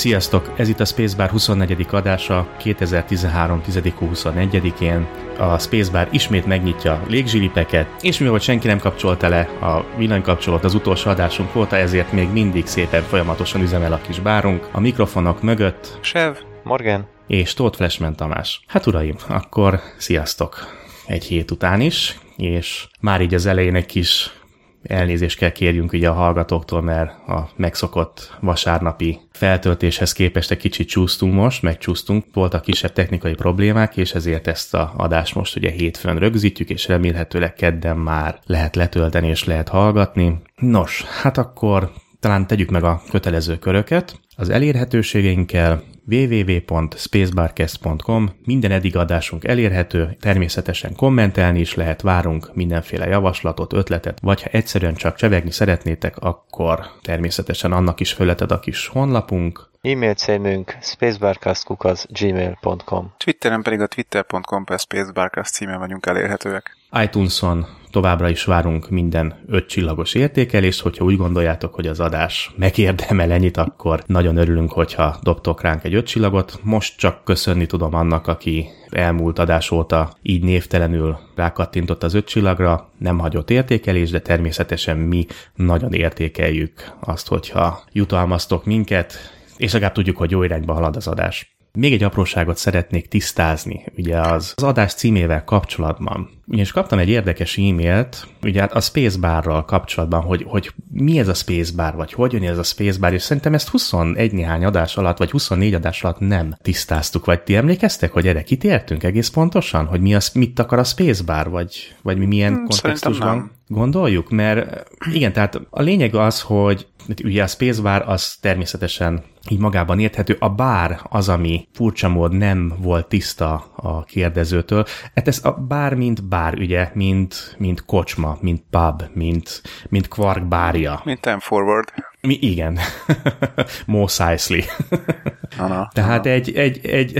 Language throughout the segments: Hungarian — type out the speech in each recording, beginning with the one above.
Sziasztok! Ez itt a Spacebar 24. adása 2013. 10.21-én. A Spacebar ismét megnyitja légzsilipeket, és mivel senki nem kapcsolta le a villanykapcsolót az utolsó adásunk óta, ezért még mindig szépen folyamatosan üzemel a kis bárunk. A mikrofonok mögött Sev, Morgan és Tóth Flashman Tamás. Hát uraim, akkor sziasztok! Egy hét után is, és már így az elején egy kis elnézést kell kérjünk ugye a hallgatóktól, mert a megszokott vasárnapi feltöltéshez képest egy kicsit megcsúsztunk, voltak kisebb technikai problémák, és ezért ezt az adást most ugye hétfőn rögzítjük, és remélhetőleg kedden már lehet letölteni és lehet hallgatni. Nos, hát akkor talán tegyük meg a kötelező köröket. Az elérhetőségeinkkel www.spacebarcast.com, minden eddig adásunk elérhető, természetesen kommentelni is lehet, várunk mindenféle javaslatot, ötletet, vagy ha egyszerűen csak csevegni szeretnétek, akkor természetesen annak is fölleted a kis honlapunk. E-mail címünk spacebarcast@gmail.com. Twitteren pedig a twitter.com/spacebarcast címen vagyunk elérhetőek. iTunes-on továbbra is várunk minden 5 csillagos értékelést, hogyha úgy gondoljátok, hogy az adás megérdemel ennyit, akkor nagyon örülünk, hogyha dobtok ránk egy 5 csillagot. Most csak köszönni tudom annak, aki elmúlt adás óta így névtelenül rákattintott az 5 csillagra, nem hagyott értékelés, de természetesen mi nagyon értékeljük azt, hogyha jutalmaztok minket, és legalább tudjuk, hogy jó irányba halad az adás. Még egy apróságot szeretnék tisztázni, ugye az adás címével kapcsolatban. Ugyanis kaptam egy érdekes e-mailt, ugye a Spacebarral kapcsolatban, hogy mi ez a Spacebar, vagy hogy jön ez a Spacebar, és szerintem ezt 21 néhány adás alatt, vagy 24 adás alatt nem tisztáztuk, vagy ti emlékeztek, hogy erre kitértünk egész pontosan, hogy mit akar a Spacebar, vagy mi milyen kontextusban gondoljuk? Mert igen, tehát a lényeg az, hogy ugye a Spacebar az természetesen így magában érthető, a bár az, ami furcsa mód nem volt tiszta a kérdezőtől. Hát ez a bár, mint bár, ugye, mint kocsma, mint pub, mint Quark bárja. Mint Time Forward. Igen. Mos Eisley. Tehát egy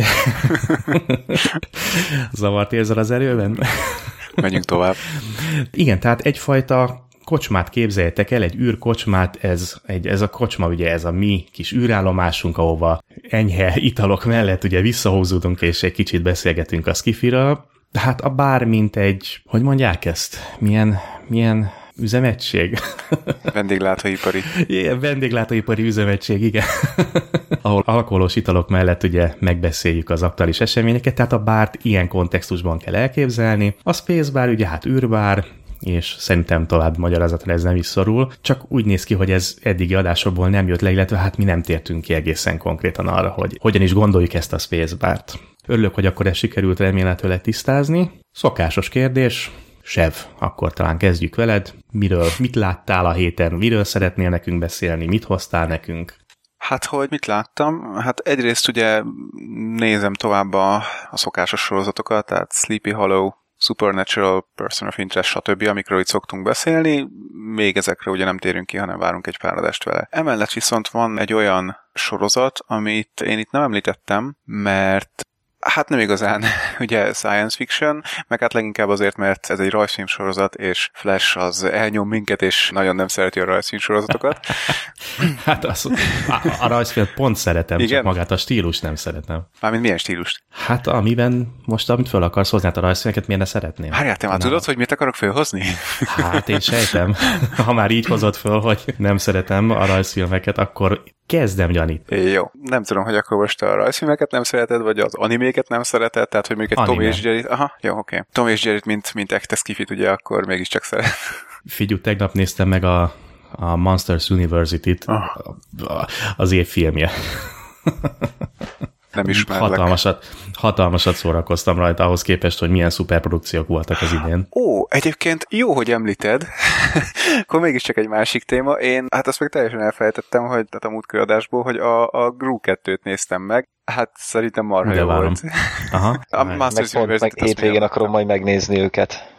zavart érzel az erőben? Megyünk tovább. Igen, tehát egyfajta kocsmát képzeljétek el, egy űrkocsmát, ez a kocsma, ugye ez a mi kis űrállomásunk, ahova enyhe italok mellett ugye visszahúzódunk, és egy kicsit beszélgetünk a skifiről. Hát a bár, mint egy, hogy mondják ezt? Milyen üzemegység? Vendéglátóipari. Igen, vendéglátóipari üzemegység, igen. Ahol alkoholos italok mellett ugye megbeszéljük az aktuális eseményeket, tehát a bárt ilyen kontextusban kell elképzelni. A Spacebar ugye hát űrbár, és szerintem tovább magyarázatra ez nem is szorul, csak úgy néz ki, hogy ez eddigi adásokból nem jött le, illetve hát mi nem tértünk ki egészen konkrétan arra, hogy hogyan is gondoljuk ezt a Spacebart. Örülök, hogy akkor ezt sikerült remélhetőleg tisztázni. Szokásos kérdés. Sev, akkor talán kezdjük veled. Mit láttál a héten? Miről szeretnél nekünk beszélni? Mit hoztál nekünk? Hát, hogy mit láttam? Hát egyrészt ugye nézem tovább a szokásos sorozatokat, tehát Sleepy Hollow, Supernatural, Person of Interest, stb., amikről itt szoktunk beszélni. Még ezekre ugye nem térünk ki, hanem várunk egy pár adást vele. Emellett viszont van egy olyan sorozat, amit én itt nem említettem, mert hát nem igazán, ugye science fiction, meg hát leginkább azért, mert ez egy rajzfilm sorozat, és Flash az elnyom minket, és nagyon nem szereti a rajzfilm sorozatokat. Hát a rajzfilm pont szeretem, igen? Csak magát a stílus nem szeretem. Mármint milyen stílust? Hát amit föl akarsz hozni, hát a rajzfilmeket miért ne szeretném? Várjál, te már tudod, hogy mit akarok fölhozni? Hát én sejtem. Ha már így hozott föl, hogy nem szeretem a rajzfilmeket, akkor kezdem gyanítani. Jó. Nem tudom, hogy akkor most a rajzfilmeket nem szereted, vagy az animéket nem szereted, tehát hogy mondjuk egy Tom és Jerry... Aha, jó, oké. Tom és Jerry mint ekte skifit, ugye, akkor mégiscsak szeret. Figyelj, tegnap néztem meg a Monsters University-t, az év filmje. Nem ismerlek. Hatalmasat szórakoztam rajta, ahhoz képest, hogy milyen szuperprodukciók voltak az idén. Ó, egyébként jó, hogy említed. Akkor mégiscsak egy másik téma. Én, hát azt meg teljesen elfelejtettem, hogy a múltkori adásból, hogy a Gru 2-t néztem meg. Hát szerintem marha jó volt. Aha. A Masters University meg hétvégén akarom majd megnézni őket.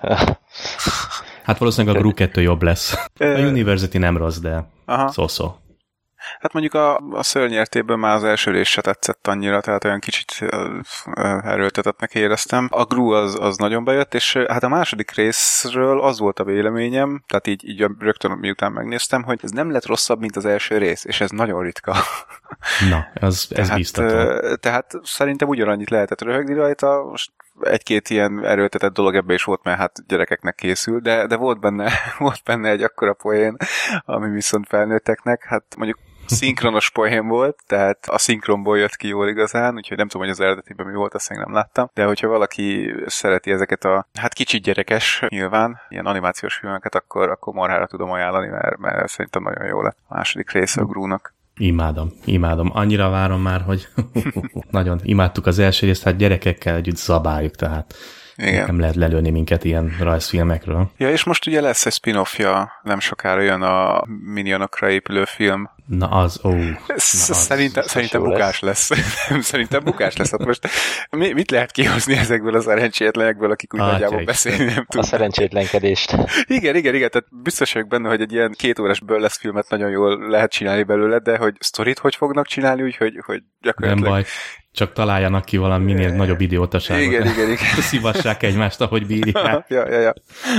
Hát valószínűleg a Gru 2 jobb lesz. A University nem rossz, de szó-szó. Hát mondjuk a szörnyértéből már az első rész se tetszett annyira, tehát olyan kicsit erőltetettnek éreztem. A Gru az nagyon bejött, és hát a második részről az volt a véleményem, tehát így rögtön miután megnéztem, hogy ez nem lett rosszabb, mint az első rész, és ez nagyon ritka. Na, ez biztató. Tehát szerintem ugyanannyit lehetett röhögni rajta, most egy-két ilyen erőltetett dolog ebbe is volt, mert hát gyerekeknek készül, de volt benne egy akkora poén, ami viszont felnőtteknek, hát mondjuk szinkronos poén volt, tehát a szinkronból jött ki jól igazán, úgyhogy nem tudom, hogy az eredetiben mi volt, azt még nem láttam, de hogyha valaki szereti ezeket a, hát kicsit gyerekes nyilván, ilyen animációs filmeket, akkor marhára tudom ajánlani, mert szerintem nagyon jó lett a második része a Grúnak. Imádom. Annyira várom már, hogy nagyon imádtuk az első részt, hát gyerekekkel együtt zabáljuk, tehát igen. Nem lehet lelőni minket ilyen rajzfilmekről. Ja, és most ugye lesz egy spin-offja, nem sokára jön a Minionokra épülő film. Na az, Szerintem bukás lesz. Szerintem bukás lesz. Hát most mit lehet kihozni ezekből a szerencsétlenekből, akik úgy nagyjából beszélni nem tudnak? A szerencsétlenkedést. Igen, tehát biztos vagyok benne, hogy egy ilyen 2 órás burlesque filmet nagyon jól lehet csinálni belőle, de hogy sztorit hogy fognak csinálni, úgyhogy gyakorlatilag... Nem baj. Csak találjanak ki valami minél nagyobb idiótaságot. Igen. Szívassák egymást, ahogy bírják. Ja.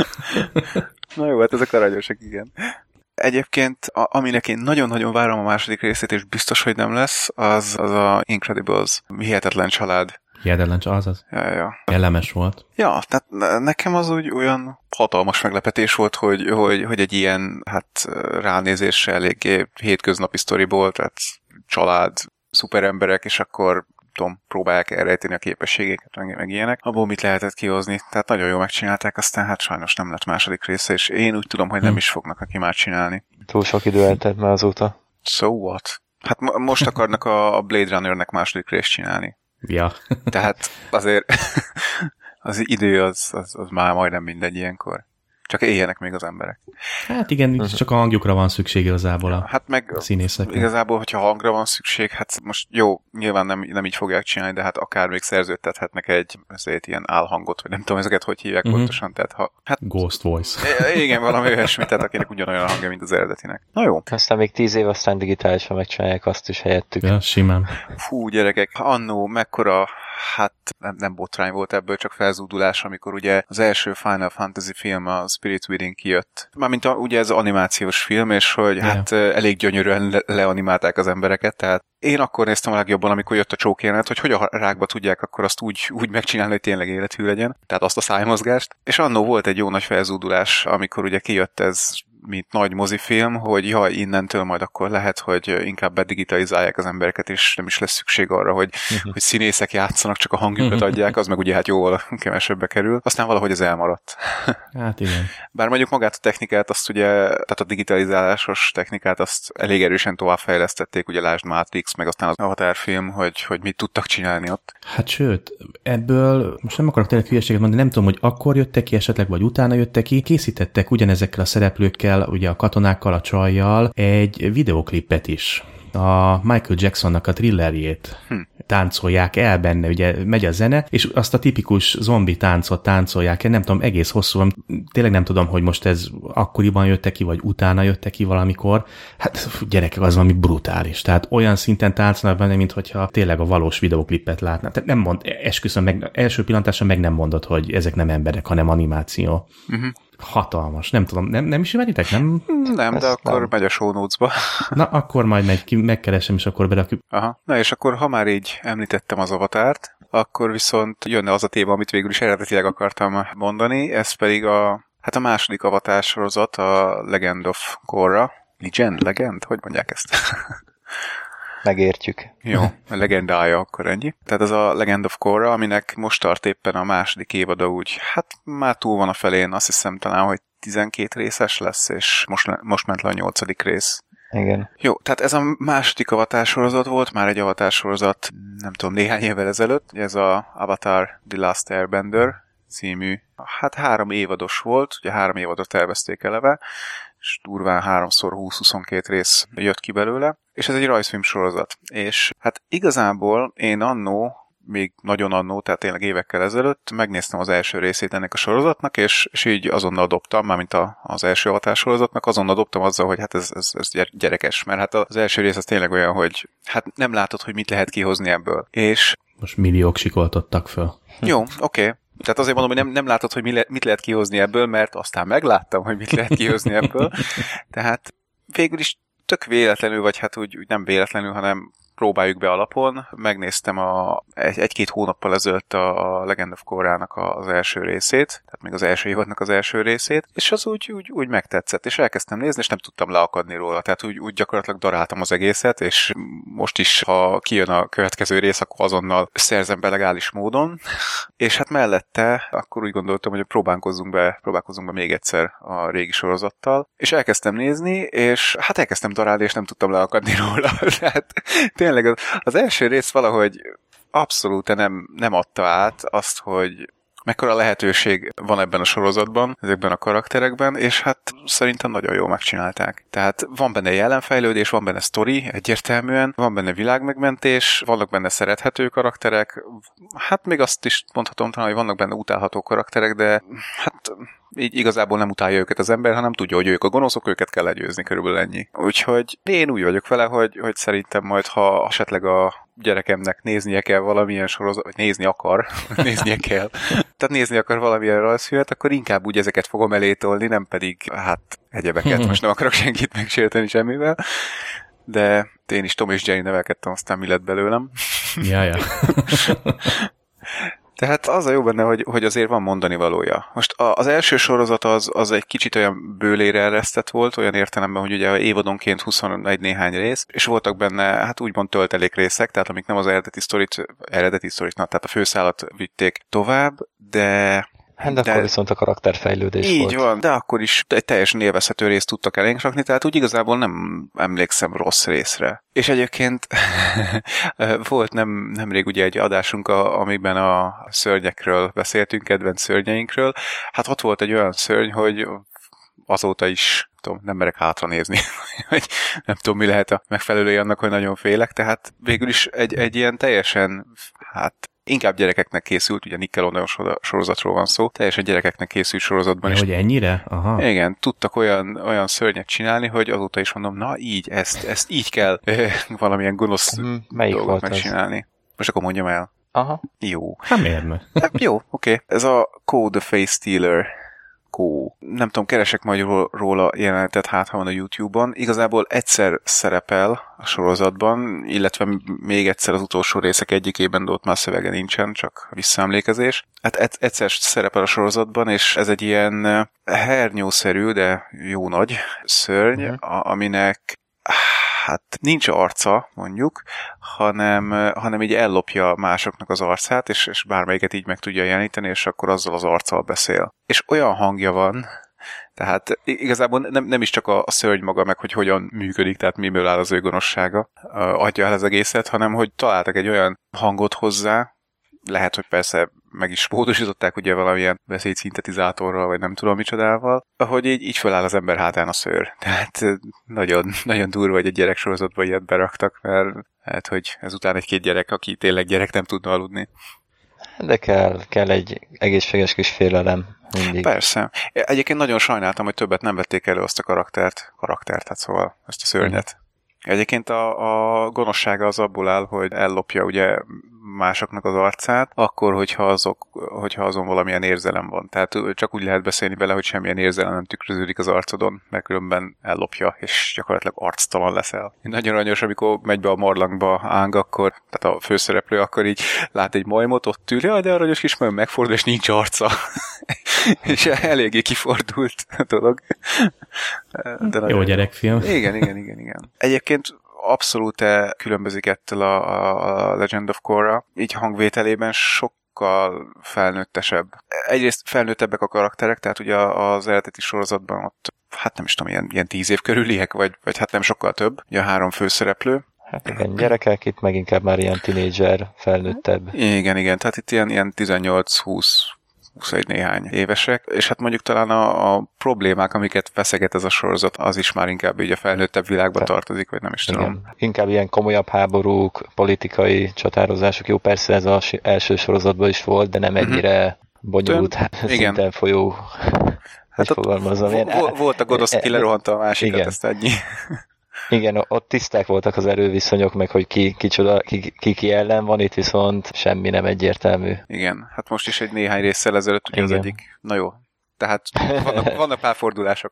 Na jó, hát ezek aranyosak, igen. Egyébként, aminek én nagyon-nagyon várom a második részét, és biztos, hogy nem lesz, az a Incredibles. Hihetetlen család. Hihetetlen család, azaz? Ja. Kellemes volt. Ja, tehát nekem az úgy olyan hatalmas meglepetés volt, hogy egy ilyen, hát ránézésre eléggé hétköznapi sztoriból, tehát család, szuperemberek, és akkor próbálják elrejteni a képességeket, meg ilyenek. Abból mit lehetett kihozni? Tehát nagyon jól megcsinálták, aztán hát sajnos nem lett második része, és én úgy tudom, hogy nem is fognak neki már csinálni. Túl sok idő eltelt már azóta. So what? Hát most akarnak a Blade Runnernek második részt csinálni. Ja. Tehát azért az idő az már majdnem mindegy ilyenkor. Csak éljenek még az emberek. Hát igen, csak a hangjukra van szükség igazából a meg színészeknek. Igazából, hogyha hangra van szükség, hát most jó, nyilván nem így fogják csinálni, de hát akár még szerződtethetnek egy ilyen álhangot, vagy nem tudom, ezeket hogy hívják pontosan. Tehát Ghost Voice. Igen, valami olyasmi, tehát akinek ugyanolyan a hangja, mint az eredetinek. Na jó. Aztán még 10 év, aztán digitálisan megcsinálják azt is helyettük. Ja, simán. Fú, gyerekek, annó mekkora, hát nem botrány volt ebből, csak felzúdulás, amikor ugye az első Final Fantasy film, a Spirit Within kijött. Mármint ugye ez animációs film, és hogy hát elég gyönyörűen leanimálták az embereket, tehát én akkor néztem a legjobban, amikor jött a csókjelenet, hogy a rákba tudják akkor azt úgy megcsinálni, hogy tényleg élethű legyen, tehát azt a szájmozgást. És annó volt egy jó nagy felzúdulás, amikor ugye kijött ez, mint nagy mozifilm, hogy jaj, innentől majd akkor lehet, hogy inkább bedigitalizálják az embereket, és nem is lesz szükség arra, hogy színészek játszanak, csak a hangjukat adják, az meg ugye hát jóval kevesebbe kerül. Aztán valahogy ez elmaradt. Hát igen. Bár mondjuk magát a technikát, azt ugye, tehát a digitalizálásos technikát, azt elég erősen továbbfejlesztették, ugye lásd Matrix, meg aztán az Avatar film, hogy mit tudtak csinálni ott. Hát sőt, ebből most nem akarok tényleg hülyeséget mondani, nem tudom, hogy akkor jöttek ki esetleg, vagy utána jöttek ki, készítettek ugyanezekkel a szereplőkkel, ugye a katonákkal, a csajjal egy videoklipet is. A Michael Jacksonnak a Thrillerjét táncolják el benne, ugye megy a zene, és azt a tipikus zombi táncot táncolják el, nem tudom, egész hosszú, tényleg nem tudom, hogy most ez akkoriban jöttek ki, vagy utána jöttek ki valamikor. Hát gyerekek, az valami brutális. Tehát olyan szinten táncolnak benne, mint hogyha tényleg a valós videoklipet látnák. Tehát nem mond, esküszöm, első pillantásra meg nem mondod, hogy ezek nem emberek, hanem animáció. Hatalmas. Nem tudom, nem ismeritek? Nem, de akkor megy a show notes-ba. Na, akkor majd megkeresem, és akkor berakjuk. Aha. Na, és akkor, ha már így említettem az Avatárt, akkor viszont jönne az a téma, amit végül is eredetileg akartam mondani, ez pedig a második Avatar sorozat, a Legend of Korra. Legend? Hogy mondják ezt? Megértjük. Jó, a legendája akkor ennyi. Tehát ez a Legend of Korra, aminek most tart éppen a második évada úgy, hát már túl van a felén, azt hiszem talán, hogy 12 részes lesz, és most ment le a 8. rész. Igen. Jó, tehát ez a második Avatar sorozat volt, már egy Avatar sorozat, nem tudom, néhány évvel ezelőtt, ez a Avatar The Last Airbender című, hát 3 évados volt, ugye 3 évadot tervezték eleve, és durván 3x20-22 rész jött ki belőle, és ez egy rajzfilm sorozat. És hát igazából én annó még nagyon annó, tehát tényleg évekkel ezelőtt megnéztem az első részét ennek a sorozatnak, és így azonnal dobtam, mármint az első Avatar sorozatnak, azonnal dobtam azzal, hogy hát ez gyerekes, mert hát az első rész az tényleg olyan, hogy hát nem látod, hogy mit lehet kihozni ebből. És most milliók sikoltottak föl. Jó, oké. Tehát azért mondom, hogy nem látod, hogy mit lehet kihozni ebből, mert aztán megláttam, hogy mit lehet kihozni ebből. Tehát végül is tök véletlenül, vagy hát úgy nem véletlenül, hanem próbáljuk be alapon. Megnéztem egy-két hónappal ezelőtt a Legend of Korra-nak az első részét, tehát még az első évadnak az első részét, és az úgy megtetszett, és elkezdtem nézni, és nem tudtam leakadni róla. Tehát úgy gyakorlatilag daráltam az egészet, és most is, ha kijön a következő rész, akkor azonnal szerzem be legális módon. És hát mellette akkor úgy gondoltam, hogy próbálkozzunk be még egyszer a régi sorozattal, és elkezdtem nézni, és hát elkezdtem darálni, és nem tudtam leakadni róla. Tehát tényleg az első rész valahogy abszolút nem adta át azt, hogy mekkora lehetőség van ebben a sorozatban, ezekben a karakterekben, és hát szerintem nagyon jól megcsinálták. Tehát van benne jelenfejlődés, van benne sztori, egyértelműen, van benne világmegmentés, vannak benne szerethető karakterek, hát még azt is mondhatom talán, hogy vannak benne utálható karakterek, de hát így igazából nem utálja őket az ember, hanem tudja, hogy ők a gonoszok, őket kell legyőzni, körülbelül ennyi. Úgyhogy én úgy vagyok vele, hogy szerintem majd, ha esetleg a gyerekemnek néznie kell valamilyen sorozat, vagy néznie kell. Tehát nézni akar valamilyen rajzfilmet, akkor inkább úgy ezeket fogom elé tolni, nem pedig, hát, egyebeket. Most nem akarok senkit megsérteni semmivel. De én is Tom és Jerry nevelkedtem, aztán mi lett belőlem. Ja. Tehát az a jó benne, hogy azért van mondani valója. Most az első sorozat az egy kicsit olyan bőlére eresztett volt, olyan értelemben, hogy ugye évadonként 21 néhány rész, és voltak benne, hát úgymond töltelék részek, tehát amik nem az eredeti sztorit, tehát a főszálat vitték tovább, de akkor viszont a karakterfejlődés így volt. Így van, de akkor is egy teljesen élvezhető részt tudtak elénk rakni, tehát úgy igazából nem emlékszem rossz részre. És egyébként volt nemrég ugye egy adásunk, amiben a szörnyekről beszéltünk, kedvenc szörnyeinkről. Hát ott volt egy olyan szörny, hogy azóta is nem merek hátra nézni, hogy nem tudom, mi lehet a megfelelője annak, hogy nagyon félek, tehát végül is egy ilyen teljesen, hát inkább gyerekeknek készült, ugye Nickelodeon sorozatról van szó, teljesen gyerekeknek készült sorozatban is. Hogy ennyire? Aha. Igen, tudtak olyan szörnyet csinálni, hogy azóta is mondom, na így, ezt így kell valamilyen gonosz dolgot megcsinálni. Most akkor mondjam el. Aha. Jó. Hát miért ne? Jó, oké. Ez a Code the Face Stealer. Nem tudom, keresek majd róla jelenetet, hát ha van a YouTube-on. Igazából egyszer szerepel a sorozatban, illetve még egyszer az utolsó részek egyikében, de ott már szövege nincsen, csak visszaemlékezés. Hát egyszer szerepel a sorozatban, és ez egy ilyen hernyószerű, de jó nagy szörny, aminek hát nincs arca, mondjuk, hanem így ellopja másoknak az arcát, és bármelyiket így meg tudja jeleníteni, és akkor azzal az arccal beszél. És olyan hangja van, tehát igazából nem is csak a szörny maga, meg hogy hogyan működik, tehát miből áll az ő gonoszsága, adja el az egészet, hanem hogy találtak egy olyan hangot hozzá, lehet, hogy persze meg is módosították ugye valamilyen beszédszintetizátorral, vagy nem tudom micsodával, ahogy így föláll az ember hátán a szőr. Tehát nagyon, nagyon durva, hogy egy gyereksorozatba ilyet beraktak, mert lehet, hogy ezután egy-két gyerek, aki tényleg gyerek, nem tudna aludni. De kell egy egészséges kis félelem mindig. Persze. Egyébként nagyon sajnáltam, hogy többet nem vették elő azt a karaktert, hát szóval ezt a szörnyet. Egyébként a gonoszsága az abból áll, hogy ellopja ugye másoknak az arcát, akkor, hogyha azon valamilyen érzelem van. Tehát csak úgy lehet beszélni vele, hogy semmilyen érzelem nem tükröződik az arcodon, mert különben ellopja, és gyakorlatilag arctalan leszel. Nagyon aranyos, amikor megy be a marlangba Aang, akkor, tehát a főszereplő akkor így lát egy majmot, ott ül, de aranyos kis majom megfordul, és nincs arca. És eléggé kifordult a dolog. De jó gyerekfilm. Igen. Egyébként abszolút különbözik ettől a Legend of Korra. Így hangvételében sokkal felnőttesebb. Egyrészt felnőttebbek a karakterek, tehát ugye az eredeti sorozatban ott, hát nem is tudom, ilyen 10 év körüliek, vagy hát nem sokkal több. Ugye a 3 főszereplő. Hát igen, gyerekek, itt meg inkább már ilyen tinédzser, felnőttebb. Igen, tehát itt ilyen 18-20 21 néhány évesek, és hát mondjuk talán a problémák, amiket feszeget ez a sorozat, az is már inkább így a felnőttebb világba tartozik, vagy nem is tudom. Igen. Inkább ilyen komolyabb háborúk, politikai csatározások. Jó, persze ez az első sorozatban is volt, de nem ennyire bonyolult szinten folyó, hát fogalmazom. Volt a gonosz, aki lerohanta a másikat, ezt ennyi. Igen, ott tiszták voltak az erőviszonyok, meg hogy ki ellen van, itt viszont semmi nem egyértelmű. Igen, hát most is egy néhány résszel ezelőtt ugye az egyik. Na jó, tehát vannak párfordulások.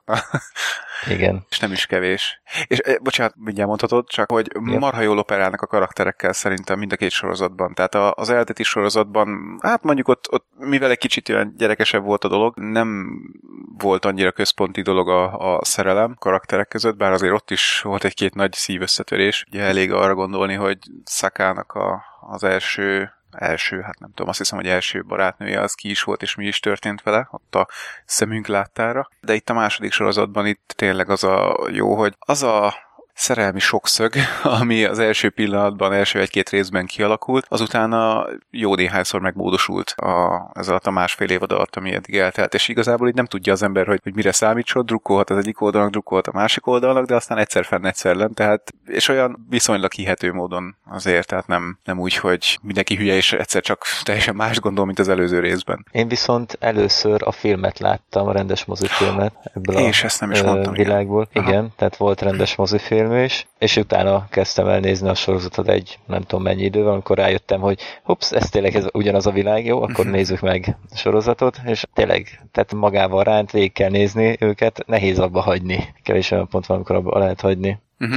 Igen. És nem is kevés. És bocsánat, mindjárt mondhatod, csak hogy marha jól operálnak a karakterekkel szerintem mind a két sorozatban. Tehát az eredeti sorozatban, hát mondjuk ott mivel egy kicsit olyan gyerekesebb volt a dolog, nem volt annyira központi dolog a szerelem karakterek között, bár azért ott is volt egy-két nagy szívösszetörés. Ugye elég arra gondolni, hogy Szakának az első, hát nem tudom, azt hiszem, hogy első barátnője az ki is volt, és mi is történt vele, ott a szemünk láttára. De itt a második sorozatban itt tényleg az a jó, hogy az a szerelmi sokszög, ami az első pillanatban, első egy-két részben kialakult, azután jó néhányszor megmódosult ez alatt a másfél évad alatt, ami eddig eltelt, és igazából így nem tudja az ember, hogy mire számítson, drukkolhat az egyik oldalnak, drukkolhat a másik oldalnak, de aztán egyszer fenn, egyszer lent, tehát, és olyan viszonylag hihető módon azért, tehát nem úgy, hogy mindenki hülye, és egyszer csak teljesen más gondol, mint az előző részben. Én viszont először a filmet láttam, a rendes mozifilmet ebből ezt nem is mondtam, világból. Igen, tehát volt rendes mozifilm is, és utána kezdtem el nézni a sorozatot egy nem tudom mennyi idővel, amikor rájöttem, hogy ez tényleg ugyanaz a világ, jó, akkor nézzük meg a sorozatot, és tényleg, tehát magával ránt, végig kell nézni őket, nehéz abba hagyni. Kevés olyan pont van, amikor abba lehet hagyni.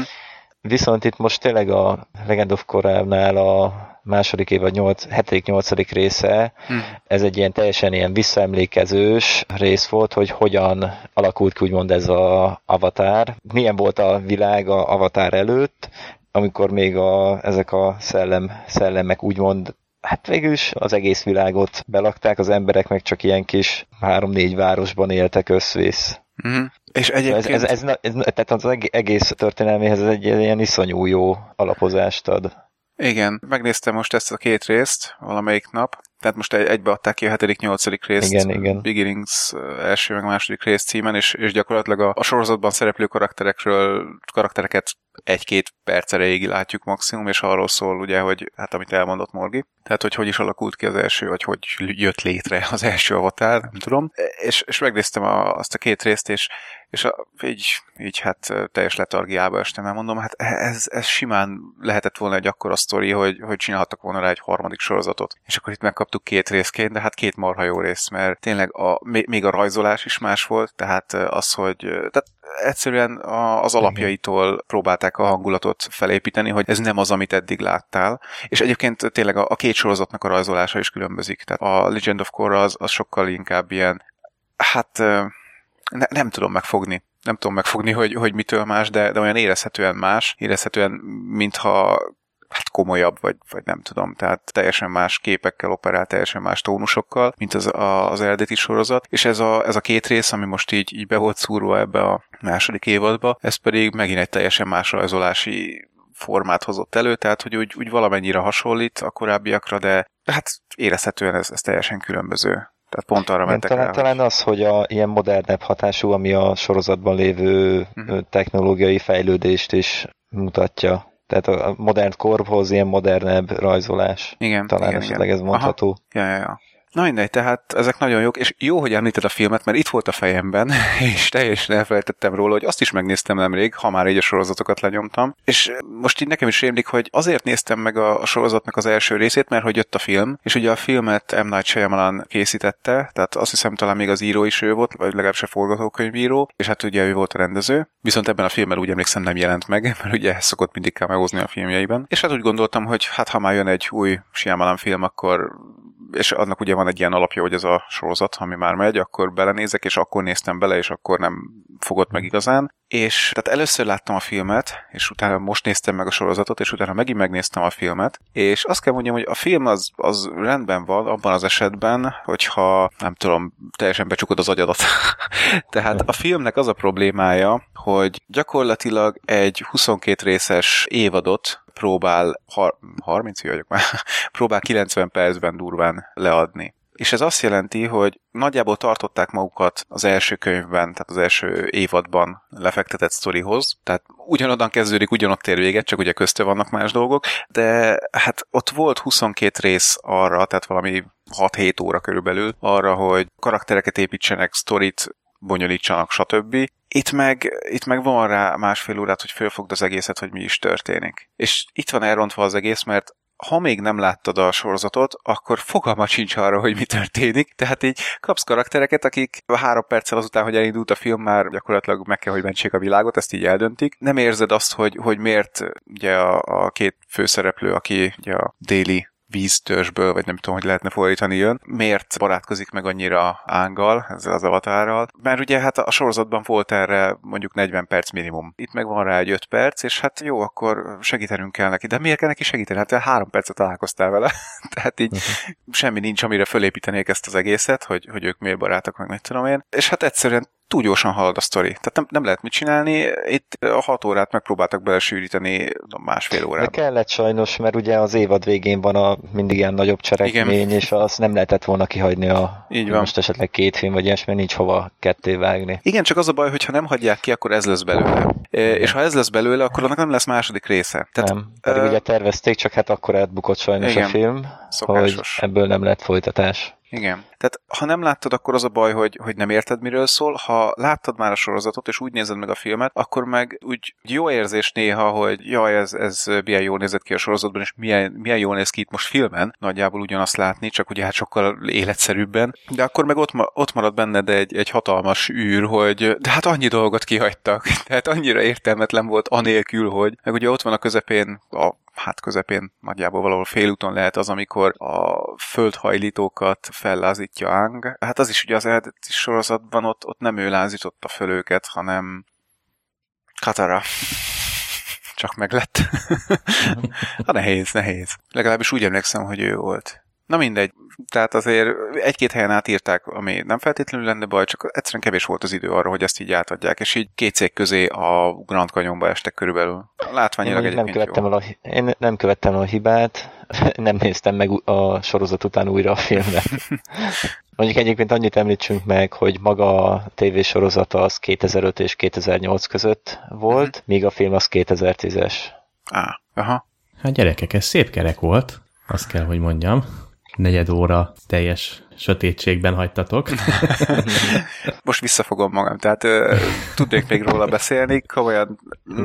Viszont itt most tényleg a Legend of Korra-nál a második évad 7.-8. része, ez egy ilyen teljesen ilyen visszaemlékezős rész volt, hogy hogyan alakult ki úgymond ez az Avatar. Milyen volt a világ a Avatar előtt, amikor még ezek a szellemek úgymond, hát végül is az egész világot belakták, az emberek meg csak ilyen kis 3-4 városban éltek összvész. És egyébként... Tehát az egész történelméhez ez egy ilyen iszonyú jó alapozást ad. Igen, megnéztem most ezt a két részt valamelyik nap, tehát most egybeadták ki a 7.-8. részt, igen. Beginnings első meg második rész címen, és gyakorlatilag a sorozatban szereplő karaktereket 1-2 perc erejéig látjuk maximum, és arról szól ugye, hogy hát amit elmondott Morgi, tehát hogy is alakult ki az első, vagy hogy jött létre az első Avatar, nem tudom, és megnéztem azt a két részt, és így hát teljes letargiába estem, elmondom, hát ez simán lehetett volna egy akkora sztori, hogy csinálhattak volna rá egy harmadik sorozatot. És akkor itt megkaptuk 2 részként, de hát 2 marha jó rész, mert tényleg még a rajzolás is más volt, tehát az, hogy tehát egyszerűen az alapjaitól próbálták a hangulatot felépíteni, hogy ez nem az, amit eddig láttál. És egyébként tényleg a két sorozatnak a rajzolása is különbözik. Tehát a Legend of Korra az sokkal inkább ilyen, hát nem tudom megfogni. Nem tudom megfogni, hogy mitől más, de olyan érezhetően más, mintha hát komolyabb, vagy nem tudom, tehát teljesen más képekkel operál, teljesen más tónusokkal, mint az eredeti sorozat, és ez a 2 rész, ami most így be volt szúrva ebbe a második évadba, ez pedig megint egy teljesen más rajzolási formát hozott elő, tehát hogy úgy valamennyire hasonlít a korábbiakra, de hát érezhetően ez teljesen különböző. Tehát pont arra mentek rá. Talán az, hogy ilyen modernebb hatású, ami a sorozatban lévő technológiai fejlődést is mutatja. Tehát a modern korhoz ilyen modernebb rajzolás. Igen. Talán esetleg ez mondható. Ja. Na mindegy, tehát ezek nagyon jók, és jó, hogy említed a filmet, mert itt volt a fejemben, és teljesen elfelejtettem róla, hogy azt is megnéztem nemrég, ha már így a sorozatokat lenyomtam, és most így nekem is rémlik, hogy azért néztem meg a sorozatnak az első részét, mert hogy jött a film, és ugye a filmet M. Night Shyamalan készítette, tehát azt hiszem talán még az író is ő volt, vagy legalábbis a forgatókönyvíró, és hát ugye ő volt a rendező, viszont ebben a filmben úgy emlékszem nem jelent meg, mert ugye ezt szokott mindig kameózni a filmjeiben, és hát úgy gondoltam, hogy hát ha már jön egy új Shyamalan film, akkor és annak ugye van egy ilyen alapja, hogy ez a sorozat, ami már megy, akkor belenézek, és akkor néztem bele, és akkor nem fogott meg igazán. És tehát először láttam a filmet, és utána most néztem meg a sorozatot, és utána megint megnéztem a filmet, és azt kell mondjam, hogy a film az rendben van abban az esetben, hogyha, nem tudom, teljesen becsukod az agyadat. Tehát a filmnek az a problémája, hogy gyakorlatilag egy 22 részes évadot próbál 30 vagyok már, próbál 90 percben durván leadni. És ez azt jelenti, hogy nagyjából tartották magukat az első könyvben, tehát az első évadban lefektetett sztorihoz, tehát ugyanonnan kezdődik, ugyanott ér véget, csak ugye közte vannak más dolgok, de hát ott volt 22 rész arra, tehát valami 6-7 óra körülbelül arra, hogy karaktereket építsenek, sztorit bonyolítsanak, stb. Itt meg van rá másfél órát, hogy fölfogd az egészet, hogy mi is történik. És itt van elrontva az egész, mert ha még nem láttad a sorozatot, akkor fogalma sincs arra, hogy mi történik. Tehát így kapsz karaktereket, akik 3 perccel azután, hogy elindult a film, már gyakorlatilag meg kell, hogy mentsék a világot, ezt így eldöntik. Nem érzed azt, hogy miért ugye a két főszereplő, aki ugye a déli víztörzsből, vagy nem tudom, hogy lehetne fordítani jön. Miért barátkozik meg annyira Aanggal, ezzel az avatárral? Mert ugye hát a sorozatban volt erre mondjuk 40 perc minimum. Itt meg van rá egy 5 perc, és hát jó, akkor segítenünk kell neki. De miért kell neki segíteni? Hát 3 percet találkoztál vele. Tehát így semmi nincs, amire fölépítenék ezt az egészet, hogy ők miért barátok, meg mit tudom én. És hát egyszerűen túl gyorsan halad a sztori. Tehát nem lehet mit csinálni, itt a 6 órát megpróbáltak belesűríteni másfél órát. De kellett sajnos, mert ugye az évad végén van mindig ilyen nagyobb cselekmény, igen. És azt nem lehetett volna kihagyni most esetleg 2 film, vagy ilyesmi, nincs hova ketté vágni. Igen, csak az a baj, hogy ha nem hagyják ki, akkor ez lesz belőle. És ha ez lesz belőle, akkor annak nem lesz második része. Tehát, nem, pedig ugye tervezték, csak hát akkor átbukott sajnos igen, a film, szokásos. Hogy ebből nem lett folytatás. Igen. Tehát ha nem láttad, akkor az a baj, hogy nem érted, miről szól. Ha láttad már a sorozatot, és úgy nézed meg a filmet, akkor meg úgy jó érzés néha, hogy jaj, ez milyen jól nézett ki a sorozatban, és milyen jól néz ki itt most filmen. Nagyjából ugyanazt látni, csak ugye hát sokkal életszerűbben. De akkor meg ott marad benned egy hatalmas űr, hogy de hát annyi dolgot kihagytak. Tehát annyira értelmetlen volt anélkül, hogy meg ugye ott van a közepén közepén nagyjából valahol félúton lehet az, amikor a földhajlítókat fellázítja Aang. Hát az is ugye az eredeti sorozatban ott nem ő lázította föl őket, hanem Katara. Csak meglett. Nehéz. Legalábbis úgy emlékszem, hogy ő volt. Na mindegy, tehát azért 1-2 helyen átírták, ami nem feltétlenül lenne baj, csak egyszerűen kevés volt az idő arra, hogy ezt így átadják, és így 2 cég közé a Grand Canyonba estek körülbelül. Látványilag egyébként jó. Én nem követtem el a hibát, nem néztem meg a sorozat után újra a filmet. Mondjuk egyébként annyit említsünk meg, hogy maga a tévésorozata az 2005 és 2008 között volt, míg a film az 2010-es. Aha. Hát gyerekek, ez szép kerek volt, azt kell, hogy mondjam. 4 óra teljes sötétségben hagytatok. Most visszafogom magam, tehát tudnék még róla beszélni, komolyan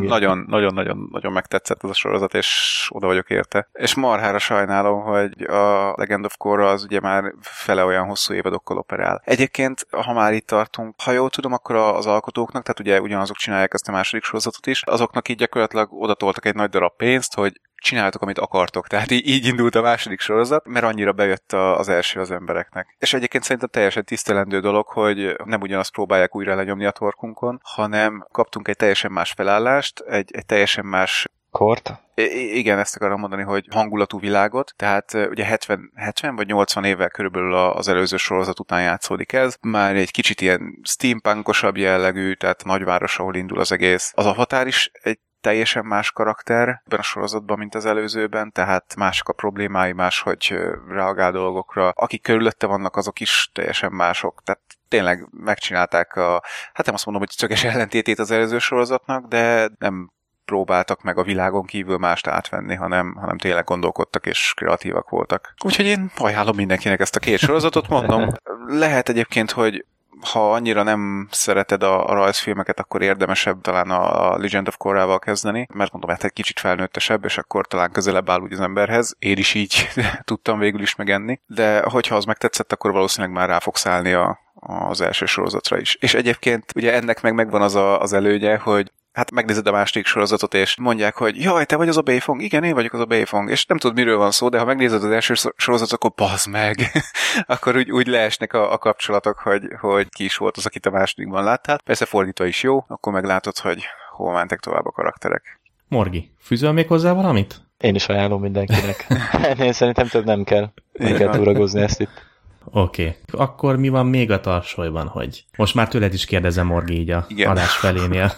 nagyon megtetszett az a sorozat, és oda vagyok érte. És marhára sajnálom, hogy a Legend of Korra az ugye már fele olyan hosszú évadokkal operál. Egyébként, ha már itt tartunk, ha jól tudom, akkor az alkotóknak, tehát ugye ugyanazok csinálják ezt a második sorozatot is, azoknak így gyakorlatilag oda toltak egy nagy darab pénzt, hogy csináltok, amit akartok. Tehát így indult a második sorozat, mert annyira bejött az első az embereknek. És egyébként szerintem teljesen tisztelendő dolog, hogy nem ugyanazt próbálják újra lenyomni a torkunkon, hanem kaptunk egy teljesen más felállást, egy teljesen más kort. Igen, ezt akarom mondani, hogy hangulatú világot, tehát ugye 70 vagy 80 évvel körülbelül az előző sorozat után játszódik ez. Már egy kicsit ilyen steampunkosabb jellegű, tehát nagyváros, ahol indul az egész. Az Avatar is egy teljesen más karakter ebben a sorozatban, mint az előzőben, tehát mások a problémái, máshogy reagál dolgokra. Akik körülötte vannak, azok is teljesen mások. Tehát tényleg megcsinálták hát nem azt mondom, hogy szöges ellentétét az előző sorozatnak, de nem próbáltak meg a világon kívül mást átvenni, hanem tényleg gondolkodtak és kreatívak voltak. Úgyhogy én ajánlom mindenkinek ezt a 2 sorozatot, mondom. Lehet egyébként, hogy ha annyira nem szereted a rajzfilmeket, akkor érdemesebb talán a Legend of Korrával kezdeni, mert mondom, hát egy kicsit felnőttesebb, és akkor talán közelebb áll úgy az emberhez. Én is így tudtam végül is megenni. De hogyha az megtetszett, akkor valószínűleg már rá fogsz állni az első sorozatra is. És egyébként ugye ennek megvan az előnye, hogy hát megnézed a második sorozatot, és mondják, hogy jaj, te vagy az a Beifong? Igen, én vagyok az a Beifong. És nem tudod, miről van szó, de ha megnézed az első sorozatot, akkor bazd meg. Akkor úgy leesnek a kapcsolatok, hogy ki is volt az, akit a másodikban láttál. Persze fordítva is jó, akkor meglátod, hogy hol mentek tovább a karakterek. Morgi, fűzöl még hozzá valamit? Én is ajánlom mindenkinek. Én szerintem több nem kell. Nem kell túragozni ezt itt. Oké. Akkor mi van még a tarsolyban, hogy most már tőled is kérdezem, Morgi, így a adás felénél.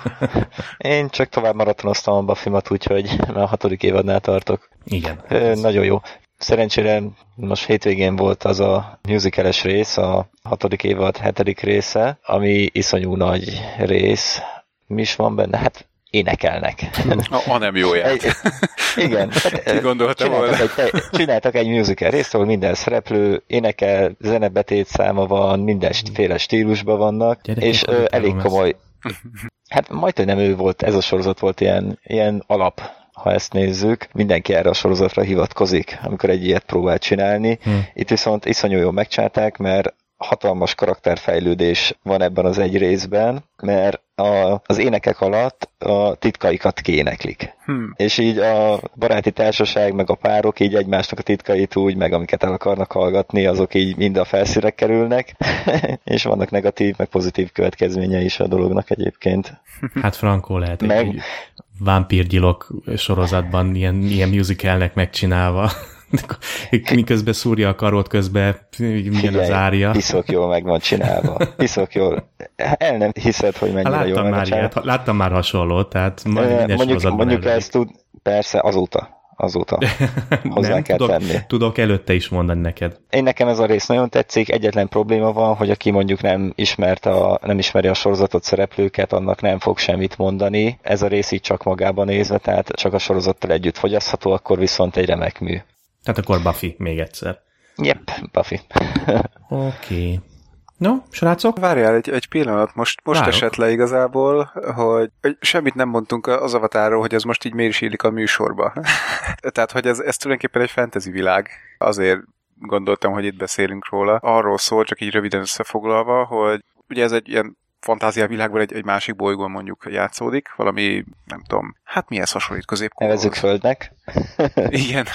Én csak tovább maratonoztam a Buffy-mat, úgyhogy már a 6. évadnál tartok. Igen. Nagyon jó. Szerencsére most hétvégén volt az a musical-es rész, a 6. évad 7. része, ami iszonyú nagy rész. Mi is van benne? Hát énekelnek. A nem jóját. Igen. Ki gondoltam volna? Csináltak egy musical részt, ahol minden szereplő énekel, zenebetét száma van, mindenféle stílusban vannak, gyerekek, és elég komoly. Hát majdhogy nem ő volt, ez a sorozat volt ilyen alap, ha ezt nézzük. Mindenki erre a sorozatra hivatkozik, amikor egy ilyet próbál csinálni. Itt viszont iszonyú jól megcsinálták, mert hatalmas karakterfejlődés van ebben az egy részben, mert az énekek alatt a titkaikat kéneklik. És így a baráti társaság, meg a párok így egymásnak a titkait úgy, meg amiket el akarnak hallgatni, azok így mind a felszínre kerülnek, és vannak negatív, meg pozitív következményei is a dolognak egyébként. Hát Franco lehet egy vámpírgyilok sorozatban ilyen musicalnek megcsinálva. Miközben szúrja a karót, közben milyen az árja. Piszok jól meg van csinálva. Piszok jól. El nem hiszed, hogy mennyire jól meg van csinálva. Láttam már hasonlót, tehát mondjuk ezt tud, persze, azóta hozzá kell tenni. Tudok előtte is mondani neked. Nekem ez a rész nagyon tetszik, egyetlen probléma van, hogy aki mondjuk nem ismeri a sorozatot, szereplőket, annak nem fog semmit mondani. Ez a rész így csak magában nézve, tehát csak a sorozattal együtt fogyasztható, akkor viszont egy remek mű. Tehát akkor Buffy még egyszer. Yep, Buffy. Oké. No, srácok? Várjál egy pillanat, most esett le igazából, hogy semmit nem mondtunk az Avatarról, hogy ez most így miért is illik a műsorba. Tehát, hogy ez tulajdonképpen egy fantasy világ. Azért gondoltam, hogy itt beszélünk róla. Arról szól, csak így röviden összefoglalva, hogy ugye ez egy ilyen fantáziavilágban egy másik bolygón mondjuk játszódik, valami, nem tudom, hát mihez hasonlít középkorhoz? Nevezzük Földnek. Igen.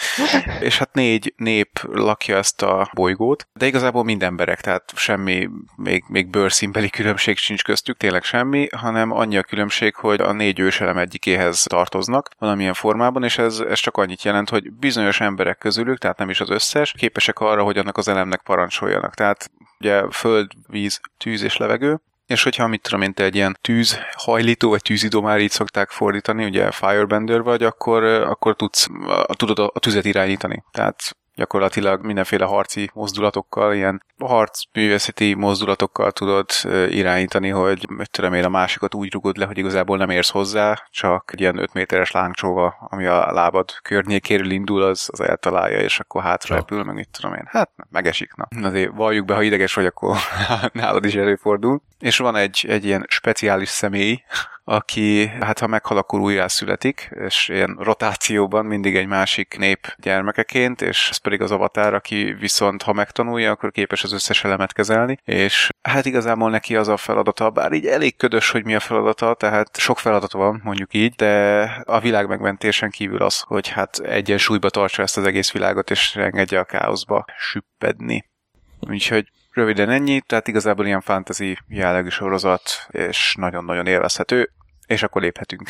És hát 4 nép lakja ezt a bolygót, de igazából mind emberek, tehát semmi, még bőrszínbeli különbség sincs köztük, tényleg semmi, hanem annyi a különbség, hogy a 4 őselem egyikéhez tartoznak valamilyen formában, és ez csak annyit jelent, hogy bizonyos emberek közülük, tehát nem is az összes, képesek arra, hogy annak az elemnek parancsoljanak. Tehát ugye föld, víz, tűz és levegő, és hogyha, mit tudom én, te egy ilyen tűzhajlító, vagy tűzidó, már így szokták fordítani, ugye firebender vagy, akkor tudod a tüzet irányítani. Tehát gyakorlatilag mindenféle harci mozdulatokkal, ilyen harcművészeti mozdulatokkal tudod irányítani, hogy mit tudom én, a másikat úgy rugod le, hogy igazából nem érsz hozzá, csak egy ilyen 5 méteres lángcsóva, ami a lábad környékéről indul, az eltalálja, és akkor hátra repül, meg mit tudom én. Hát megesik, na. Azért valljuk be, ha ideges vagy, akkor nálad is előfordul. És van egy ilyen speciális személy, aki, hát ha meghal, akkor újjá születik, és ilyen rotációban mindig egy másik nép gyermekeként, és ez pedig az Avatar, aki viszont, ha megtanulja, akkor képes az összes elemet kezelni, és hát igazából neki az a feladata, bár így elég ködös, hogy mi a feladata, tehát sok feladata van, mondjuk így, de a világ megmentésen kívül az, hogy hát egyensúlyba tartsa ezt az egész világot, és engedje a káoszba süppedni. Úgyhogy röviden ennyi, tehát igazából ilyen fantasy jellegű sorozat, és nagyon-nagyon élvezhető, és akkor léphetünk.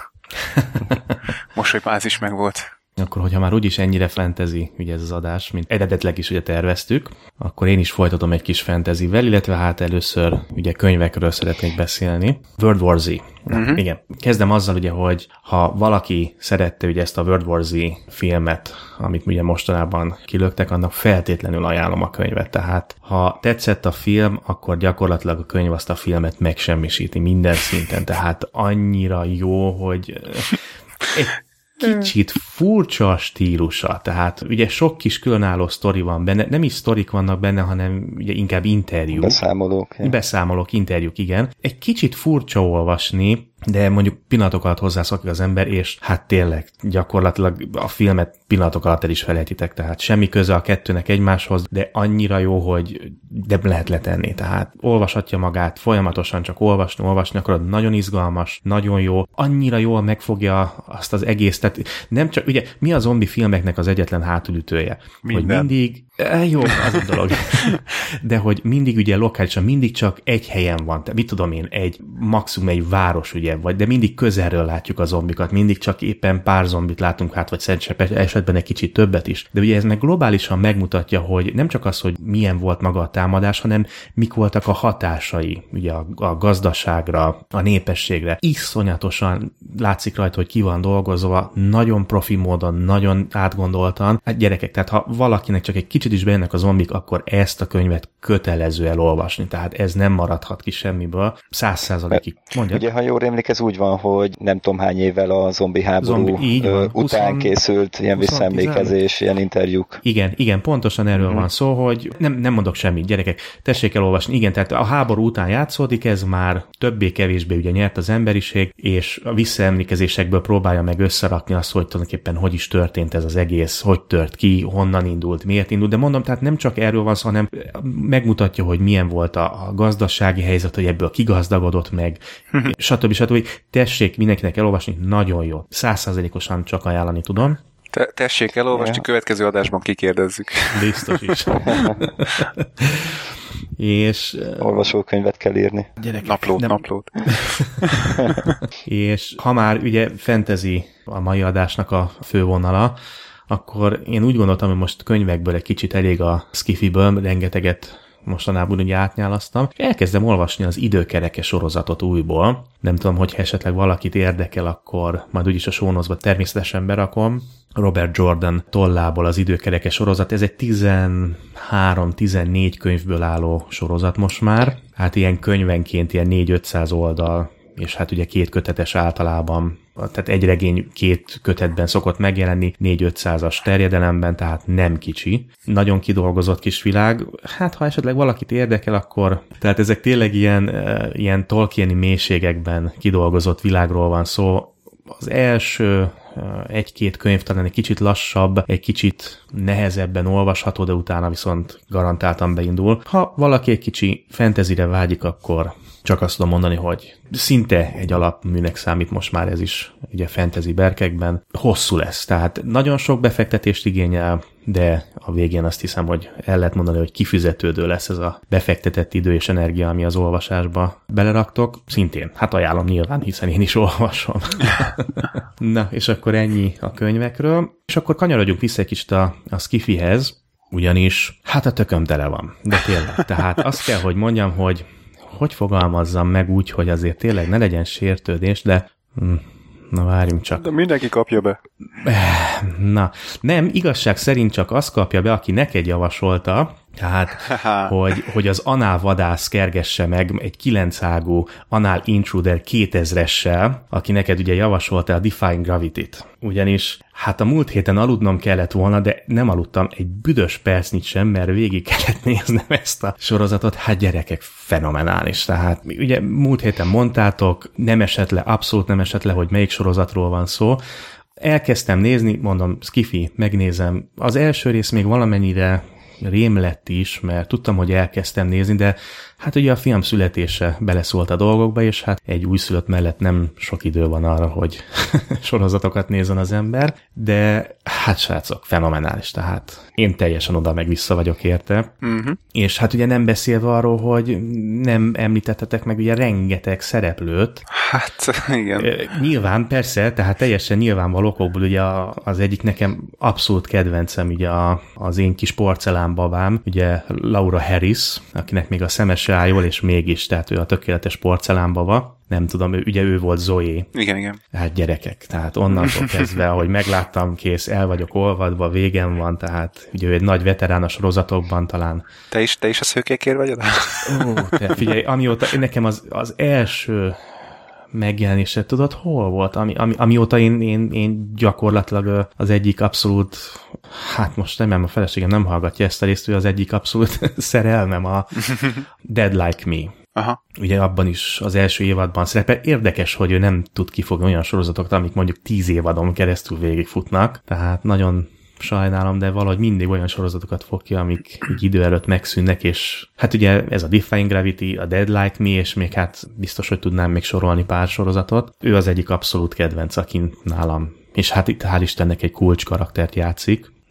Most, hogy már ez is megvolt. Akkor, hogyha már úgyis ennyire fantasy, ugye ez az adás, mint eredetileg is ugye terveztük, akkor én is folytatom egy kis fantasyvel, illetve hát először ugye könyvekről szeretnék beszélni. World War Z. Igen. Kezdem azzal ugye, hogy ha valaki szerette ugye ezt a World War Z filmet, amit ugye mostanában kilöktek, annak feltétlenül ajánlom a könyvet. Tehát ha tetszett a film, akkor gyakorlatilag a könyv azt a filmet megsemmisíti minden szinten. Tehát annyira jó, hogy kicsit furcsa a stílusa, tehát ugye sok kis különálló sztori van benne, nem is sztorik vannak benne, hanem ugye inkább interjúk. Beszámolók, interjúk, igen. Egy kicsit furcsa olvasni, de mondjuk pillanatok alatt hozzászokik az ember, és hát tényleg gyakorlatilag a filmet pillanatok alatt el is felejtitek, tehát semmi köze a kettőnek egymáshoz, de annyira jó, hogy de lehet letenni, tehát olvashatja magát, folyamatosan csak olvasni akarod, nagyon izgalmas, nagyon jó, annyira jól megfogja azt az egész, tehát nem csak, ugye mi a zombi filmeknek az egyetlen hátulütője? Minden. Hogy Jó, az a dolog. De hogy mindig ugye lokálisan, mindig csak egy helyen van. Tehát mit tudom én, maximum egy város, ugye, de mindig közelről látjuk a zombikat, mindig csak éppen pár zombit látunk hát, vagy szerencsére esetben egy kicsit többet is. De ugye ez meg globálisan megmutatja, hogy nem csak az, hogy milyen volt maga a támadás, hanem mik voltak a hatásai, ugye a gazdaságra, a népességre. Iszonyatosan látszik rajta, hogy ki van dolgozva, nagyon profi módon, nagyon átgondoltan. Hát gyerekek, tehát ha valakinek csak egy kicsit is bejönnek a zombik, akkor ezt a könyvet kötelező elolvasni. Tehát ez nem maradhat ki semmiből. 100%-ig. Mondjad. Ugye, ha jól rémlik, ez úgy van, hogy nem tudom hány évvel a zombi háború után készült ilyen visszaemlékezés, ilyen interjúk. Igen, pontosan erről van szó, hogy nem mondok semmit, gyerekek, tessék elolvasni. Igen, tehát a háború után játszódik, ez már többé-kevésbé ugye nyert az emberiség, és a visszaemlékezésekből próbálja meg összerakni azt, hogy tulajdonképpen hogy is történt ez az egész, hogy tört ki, honnan indult, miért indult, de mondom, tehát nem csak erről van szó, hanem megmutatja, hogy milyen volt a gazdasági helyzet, hogy ebből kigazdagodott meg, stb. Tessék mindenkinek elolvasni, nagyon jó. 100%-osan csak ajánlani tudom. Tessék elolvasni, következő adásban kikérdezzük. Biztos is. És olvasókönyvet kell írni. Gyerekek, naplót. És ha már ugye fantasy a mai adásnak a fővonala, akkor én úgy gondoltam, hogy most könyvekből egy kicsit elég a skifiből, rengeteget mostanában ugye átnyálasztam, és elkezdem olvasni az Időkereke sorozatot újból. Nem tudom, hogy esetleg valakit érdekel, akkor majd úgyis a show notes-ba természetesen berakom. Robert Jordan tollából az Időkereke sorozat. Ez egy 13-14 könyvből álló sorozat most már. Hát ilyen könyvenként ilyen 400-500 oldal, és hát ugye 2 kötetes általában, tehát egy regény 2 kötetben szokott megjelenni, 4-500-as terjedelemben, tehát nem kicsi. Nagyon kidolgozott kis világ. Hát ha esetleg valakit érdekel, akkor tehát ezek tényleg ilyen Tolkieni mélységekben kidolgozott világról van szó. Az első 1-2 könyv talán egy kicsit lassabb, egy kicsit nehezebben olvasható, de utána viszont garantáltan beindul. Ha valaki egy kicsi fantasyre vágyik, akkor csak azt tudom mondani, hogy szinte egy alapműnek számít most már ez is, ugye fantasy berkekben. Hosszú lesz, tehát nagyon sok befektetést igényel, de a végén azt hiszem, hogy el lehet mondani, hogy kifizetődő lesz ez a befektetett idő és energia, ami az olvasásba beleraktok. Szintén, hát ajánlom nyilván, hiszen én is olvasom. Na, és akkor ennyi a könyvekről. És akkor kanyarodjunk vissza egy kicsit a skifihez, ugyanis hát a tököm tele van. De tényleg, tehát azt kell, hogy mondjam, hogy fogalmazzam meg úgy, hogy azért tényleg ne legyen sértődés, de na várjunk csak. De mindenki kapja be. Na, nem, igazság szerint csak azt kapja be, aki neked javasolta, tehát, hogy az Anál vadász kergesse meg egy 9 ágú Anál Intruder 2000-essel, aki neked ugye javasolta a Defying Gravity-t. Ugyanis hát a múlt héten aludnom kellett volna, de nem aludtam egy büdös percnyit sem, mert végig kellett néznem ezt a sorozatot. Hát gyerekek, fenomenális. Tehát ugye múlt héten mondtátok, abszolút nem esett le, hogy melyik sorozatról van szó. Elkezdtem nézni, mondom, skifi, megnézem. Az első rész még valamennyire rém lett is, mert tudtam, hogy elkezdtem nézni, de hát ugye a fiam születése beleszólt a dolgokba, és hát egy újszülött mellett nem sok idő van arra, hogy sorozatokat nézzen az ember, de hát srácok, fenomenális, tehát én teljesen oda meg vissza vagyok érte. És hát ugye nem beszélve arról, hogy nem említettetek meg ugye rengeteg szereplőt. Hát igen. Nyilván, persze, tehát teljesen nyilvánvaló okokból ugye az egyik nekem abszolút kedvencem, ugye az én kis porcelánbabám, ugye Laura Harris, akinek még a szemes áll jól, és mégis, tehát ő a tökéletes porcelánbaba. Nem tudom, ugye ő volt Zoe. Igen. Hát gyerekek, tehát onnantól kezdve, ahogy megláttam, kész, el vagyok olvadva, végem van, tehát ugye ő egy nagy veterán a sorozatokban talán. Te is a szőkékér vagy oda? Ó, te figyelj, amióta nekem az első megjelenése, tudod, hol volt? Amióta én gyakorlatilag az egyik abszolút, hát most nem, a feleségem nem hallgatja ezt a részt, ő az egyik abszolút szerelmem a Dead Like Me. Aha. Ugye abban is az első évadban szerepel. Érdekes, hogy ő nem tud kifogni olyan sorozatokat, amik mondjuk 10 évadon keresztül végigfutnak, tehát nagyon sajnálom, de valahogy mindig olyan sorozatokat fog ki, amik így idő előtt megszűnnek, és hát ugye ez a Defying Gravity, a Dead Like Me, és még hát biztos, hogy tudnám még sorolni pár sorozatot. Ő az egyik abszolút kedvenc, akin nálam, és hát itt hál' Istennek egy kulcs karaktert játszik.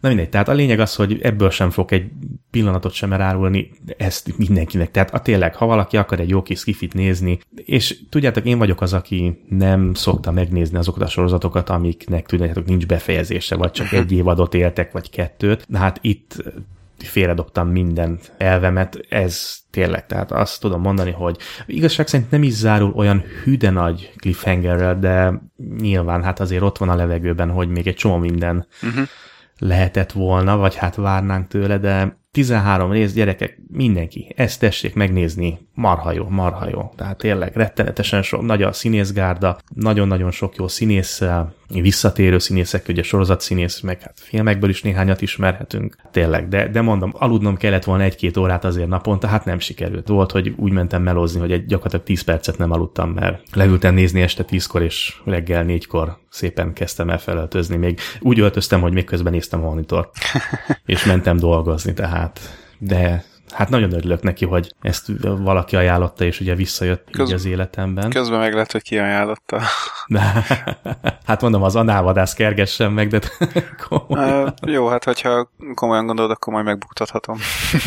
Na mindegy, tehát a lényeg az, hogy ebből sem fog egy pillanatot sem elárulni, ezt mindenkinek. Tehát tényleg, ha valaki akar egy jó kis skifit nézni, és tudjátok, én vagyok az, aki nem szokta megnézni azokat a sorozatokat, amiknek tudjátok, nincs befejezése, vagy csak egy évadot éltek, vagy kettőt. Na hát itt félredobtam minden elvemet, ez tényleg, tehát azt tudom mondani, hogy igazság szerint nem is zárul olyan hűde nagy cliffhangerrel, de nyilván hát azért ott van a levegőben, hogy még egy csomó minden lehetett volna, vagy hát várnánk tőle, de 13 rész, gyerekek, mindenki, ezt tessék megnézni, marha jó. Tehát tényleg rettenetesen sok, nagy a színészgárda, nagyon-nagyon sok jó színésszel, visszatérő színészek, ugye sorozatszínész, meg hát filmekből is néhányat ismerhetünk. Tényleg, de mondom, aludnom kellett volna 1-2 órát azért naponta, hát nem sikerült. Volt, hogy úgy mentem melózni, hogy gyakorlatilag 10 percet nem aludtam, mert leültem nézni este 10-kor, és reggel 4-kor szépen kezdtem el felöltözni. Még úgy öltöztem, hogy még közben néztem a monitort, és mentem dolgozni, tehát. De hát nagyon örülök neki, hogy ezt valaki ajánlotta, és ugye visszajött így az életemben. Közben meg lehet, hogy ki ajánlotta. Hát mondom, az análvadász kergessen meg, de jó, hát hogyha komolyan gondolod, akkor majd megbuktathatom.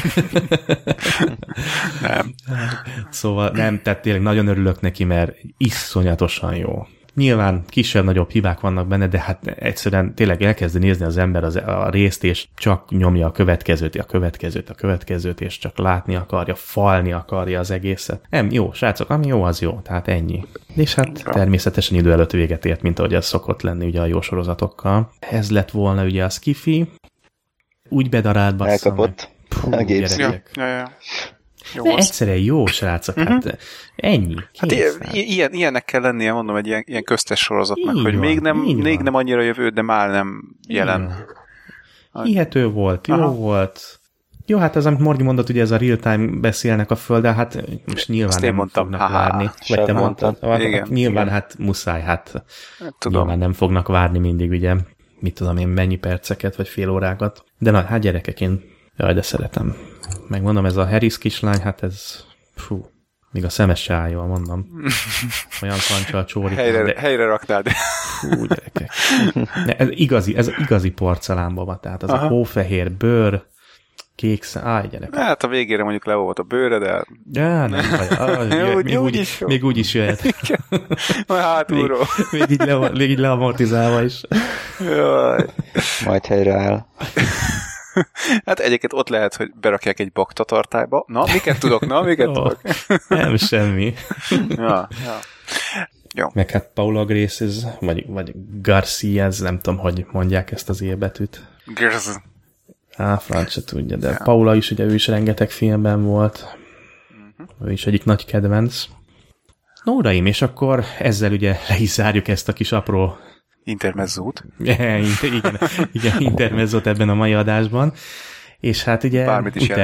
Nem. Szóval nem, tehát tényleg nagyon örülök neki, mert iszonyatosan jó. Nyilván kisebb-nagyobb hibák vannak benne, de hát egyszerűen tényleg elkezdi nézni az ember a részt, és csak nyomja a következőt, és csak látni akarja, falni akarja az egészet. Nem, jó, srácok, ami jó, az jó, tehát ennyi. És hát természetesen idő előtt véget ért, mint ahogy ez szokott lenni ugye a jó sorozatokkal. Ez lett volna ugye a Skifi, úgy bedarált basszom. Elkapott. Ja. De egyszerűen jó, srácok, hát ennyi. Hát ilyennek kell lennie, mondom, egy ilyen köztes sorozatnak, így hogy van, még nem annyira jövő, de már nem jelen. Hihető volt, jó volt. Jó, hát az, amit Morgi mondott, ugye ez a real-time beszélnek a földdel, hát most nyilván nem fognak várni. Vagy te mondtad. Nyilván igen. Hát muszáj, hát tudom. Nyilván nem fognak várni mindig, ugye, mit tudom én, mennyi perceket, vagy fél órákat. De na, hát gyerekek, én de szeretem. Megmondom, ez a Harris kislány, hát ez, még a szemes se áll jól, mondom. Olyan kancsal csórik. Helyre raknád. Fú, gyerekek. Ez igazi porcelánbaba, tehát az a hófehér bőr, kék gyerekek. Hát a végére mondjuk leolvat a bőre, de... Ja, nem baj. Még úgy is jöhet. Majd hátulról. Még így leamortizálva is. Jaj. Majd helyreáll. Hát egyébként ott lehet, hogy berakják egy baktatartályba. Na, miket tudok? Tudok? Nem, semmi. Ja. Jó. Meg hát Paula Graces, vagy Garcia, nem tudom, hogy mondják ezt az élbetűt. Garza. Franc se tudja, de ja. Paula is, ugye ő is rengeteg filmben volt. Ő is egyik nagy kedvenc. No, uraim, és akkor ezzel ugye le is zárjuk ezt a kis apró intermezzót. Igen, intermezzót ebben a mai adásban. És hát ugye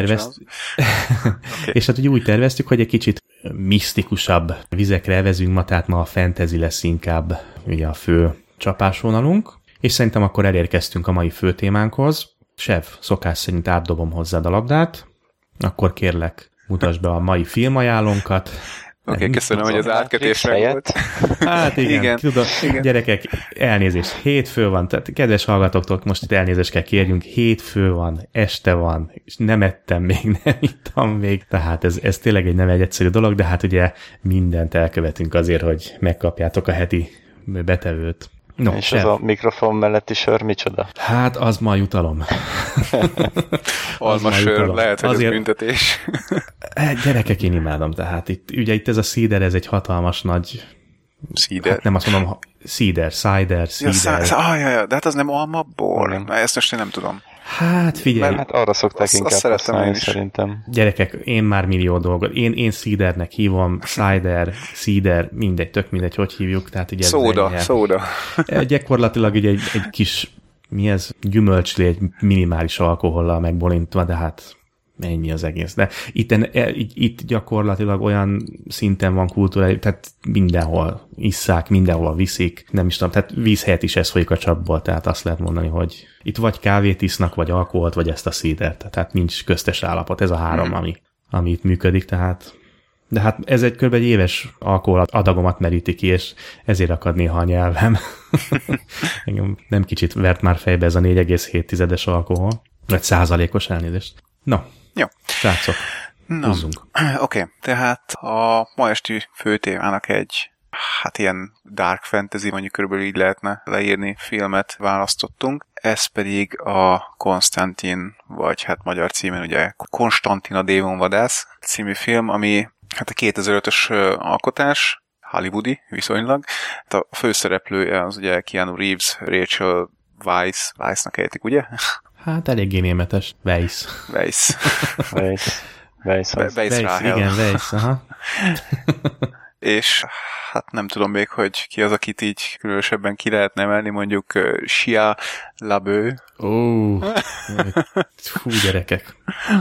úgy terveztük, hogy egy kicsit misztikusabb vizekre evezünk ma, tehát ma a fantasy lesz inkább ugye a fő csapásvonalunk. És szerintem akkor elérkeztünk a mai fő témánkhoz. Sev, szokás szerint átdobom hozzád a labdát. Akkor kérlek, mutasd be a mai filmajánlónkat. Oké, köszönöm, hogy az átkötés meg volt. Hát igen. Tudom, gyerekek, elnézést, hétfő van, tehát kedves hallgatóktól most itt elnézést kell kérjünk, hétfő van, este van, és nem ettem még, nem ittam még, tehát ez tényleg nem egy egyszerű dolog, de hát ugye mindent elkövetünk azért, hogy megkapjátok a heti betevőt. No, és az a mikrofon melletti sör micsoda? Hát az ma jutalom. Almasör, lehet, hogy azért... ez büntetés. Gyerekek, én imádom, tehát itt ez a cider, ez egy hatalmas nagy... Cider? Hát nem azt mondom, cider. Ja, de hát az nem almabor. Ezt most én nem tudom. Hát figyelj. Hát arra szokták inkább használni szerintem. Gyerekek, én már millió dolgot. Én cidernek hívom, cider, mindegy, tök mindegy, hogy hívjuk. Tehát ugye szóda. Gyakorlatilag ugye egy kis, mi ez, gyümölcslé, egy minimális alkohollal megbolintva, de hát ennyi az egész. De itt gyakorlatilag olyan szinten van kultúra, tehát mindenhol isszák, mindenhol viszik, nem is tudom, tehát víz helyett is ez folyik a csapból, tehát azt lehet mondani, hogy itt vagy kávét isznak, vagy alkoholt, vagy ezt a szídert, tehát nincs köztes állapot, ez a három, ami itt működik, tehát De hát ez kb. Egy éves alkohol adagomat meríti ki, és ezért akad néha a nyelvem. Engem nem kicsit vert már fejbe ez a 4,7-es alkohol, vagy százalékos elnézést. No, jó. Srácok, húzzunk. Oké, tehát a ma esti fő témának egy ilyen dark fantasy, mondjuk körülbelül így lehetne leírni, filmet választottunk. Ez pedig a Konstantin, vagy hát magyar címen ugye Konstantin a démonvadász című film, ami hát a 2005-ös alkotás, hollywoodi viszonylag. A főszereplője az ugye Keanu Reeves, Rachel Weisz-nak ejtik, ugye? Hát eléggé németes. Weisz. Ráhel. Igen, Weisz, aha. És hát nem tudom még, hogy ki az, akit így különösebben ki lehetne emelni, mondjuk Shia LaBeouf. Hú, gyerekek.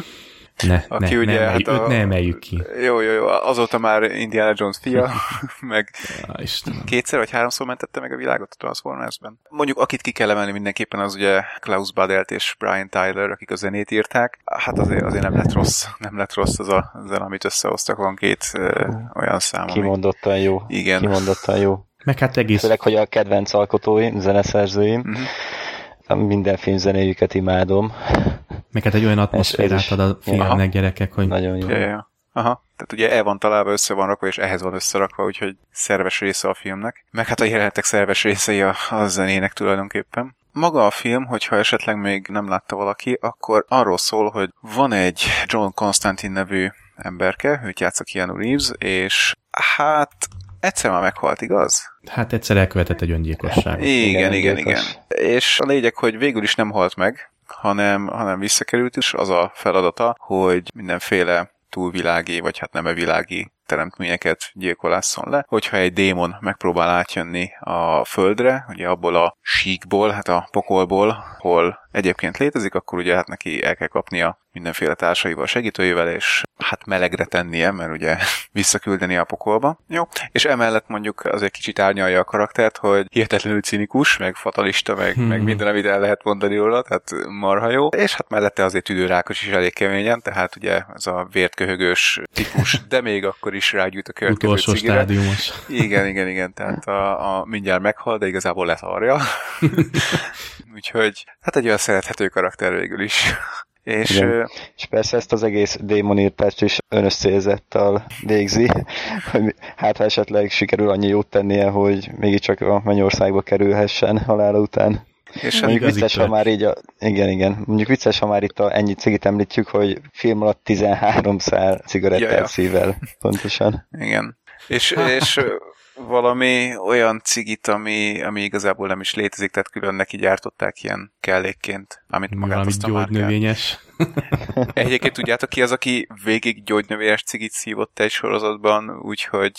Ne emeljük ki. Jó, azóta már Indiana Jones fia, meg Istenem. 2 vagy 3 mentette meg a világot a Transformersben. Mondjuk akit ki kell emelni mindenképpen az ugye Klaus Badelt és Brian Tyler, akik a zenét írták. Hát azért nem lett rossz az a zene, amit összehoztak, van 2 olyan szám. Kimondottan jó. Igen. Kimondottan jó. Meg hát egész... Főleg, hogy a kedvenc alkotóim, zeneszerzőim, minden filmzenéjüket imádom. Meg hát egy olyan atmoszférát ad a filmnek, gyerekek, hogy... Nagyon jó. Ja. Aha, tehát ugye el van találva, össze van rakva, és ehhez van összerakva, úgyhogy szerves része a filmnek. Meg hát a jelenetek szerves részei a zenének tulajdonképpen. Maga a film, hogyha esetleg még nem látta valaki, akkor arról szól, hogy van egy John Constantine nevű emberke, őt játsza Keanu Reeves, és hát egyszer már meghalt, igaz? Hát egyszer elkövetett egy öngyilkosságot. Igen. És a lényeg, hogy végül is nem halt meg, hanem visszakerült is, az a feladata, hogy mindenféle túlvilági, vagy hát nemevilági teremtményeket gyilkolásszon le. Hogyha egy démon megpróbál átjönni a földre, ugye abból a síkból, hát a pokolból, hol egyébként létezik, akkor ugye hát neki el kell kapnia mindenféle társaival, segítőivel, és hát melegre tennie, mert ugye visszaküldeni a pokolba. Jó, és emellett mondjuk azért kicsit árnyalja a karaktert, hogy hihetetlenül cinikus, meg fatalista, meg minden, amit el lehet mondani róla, tehát marha jó. És hát mellette azért tüdőrákos is elég keményen, tehát ugye ez a vértköhögős típus, de még akkor is rágyújt a következő utolsó cigire. stádiumos. Igen, tehát a mindjárt meghal, de igazából leszarja. Úgyhogy hát egy olyan szerethető karakter végül is. És persze ezt az egész démonírtást is önös célzettal végzi, hogy hát ha esetleg sikerül annyi jót tennie, hogy mégiscsak a Mennyországba kerülhessen halála után. És mondjuk vicces, ha már így igen. Mondjuk vicces, ha már itt ennyi cigit említjük, hogy film alatt 13 szál cigarettát szível. Pontosan. Igen. És valami olyan cigit, ami igazából nem is létezik, tehát külön neki gyártották ilyen kellékként, amit magát azt a gyógynövényes. Egyébként tudjátok ki az, aki végig gyógynövényes cigit szívott egy sorozatban, úgyhogy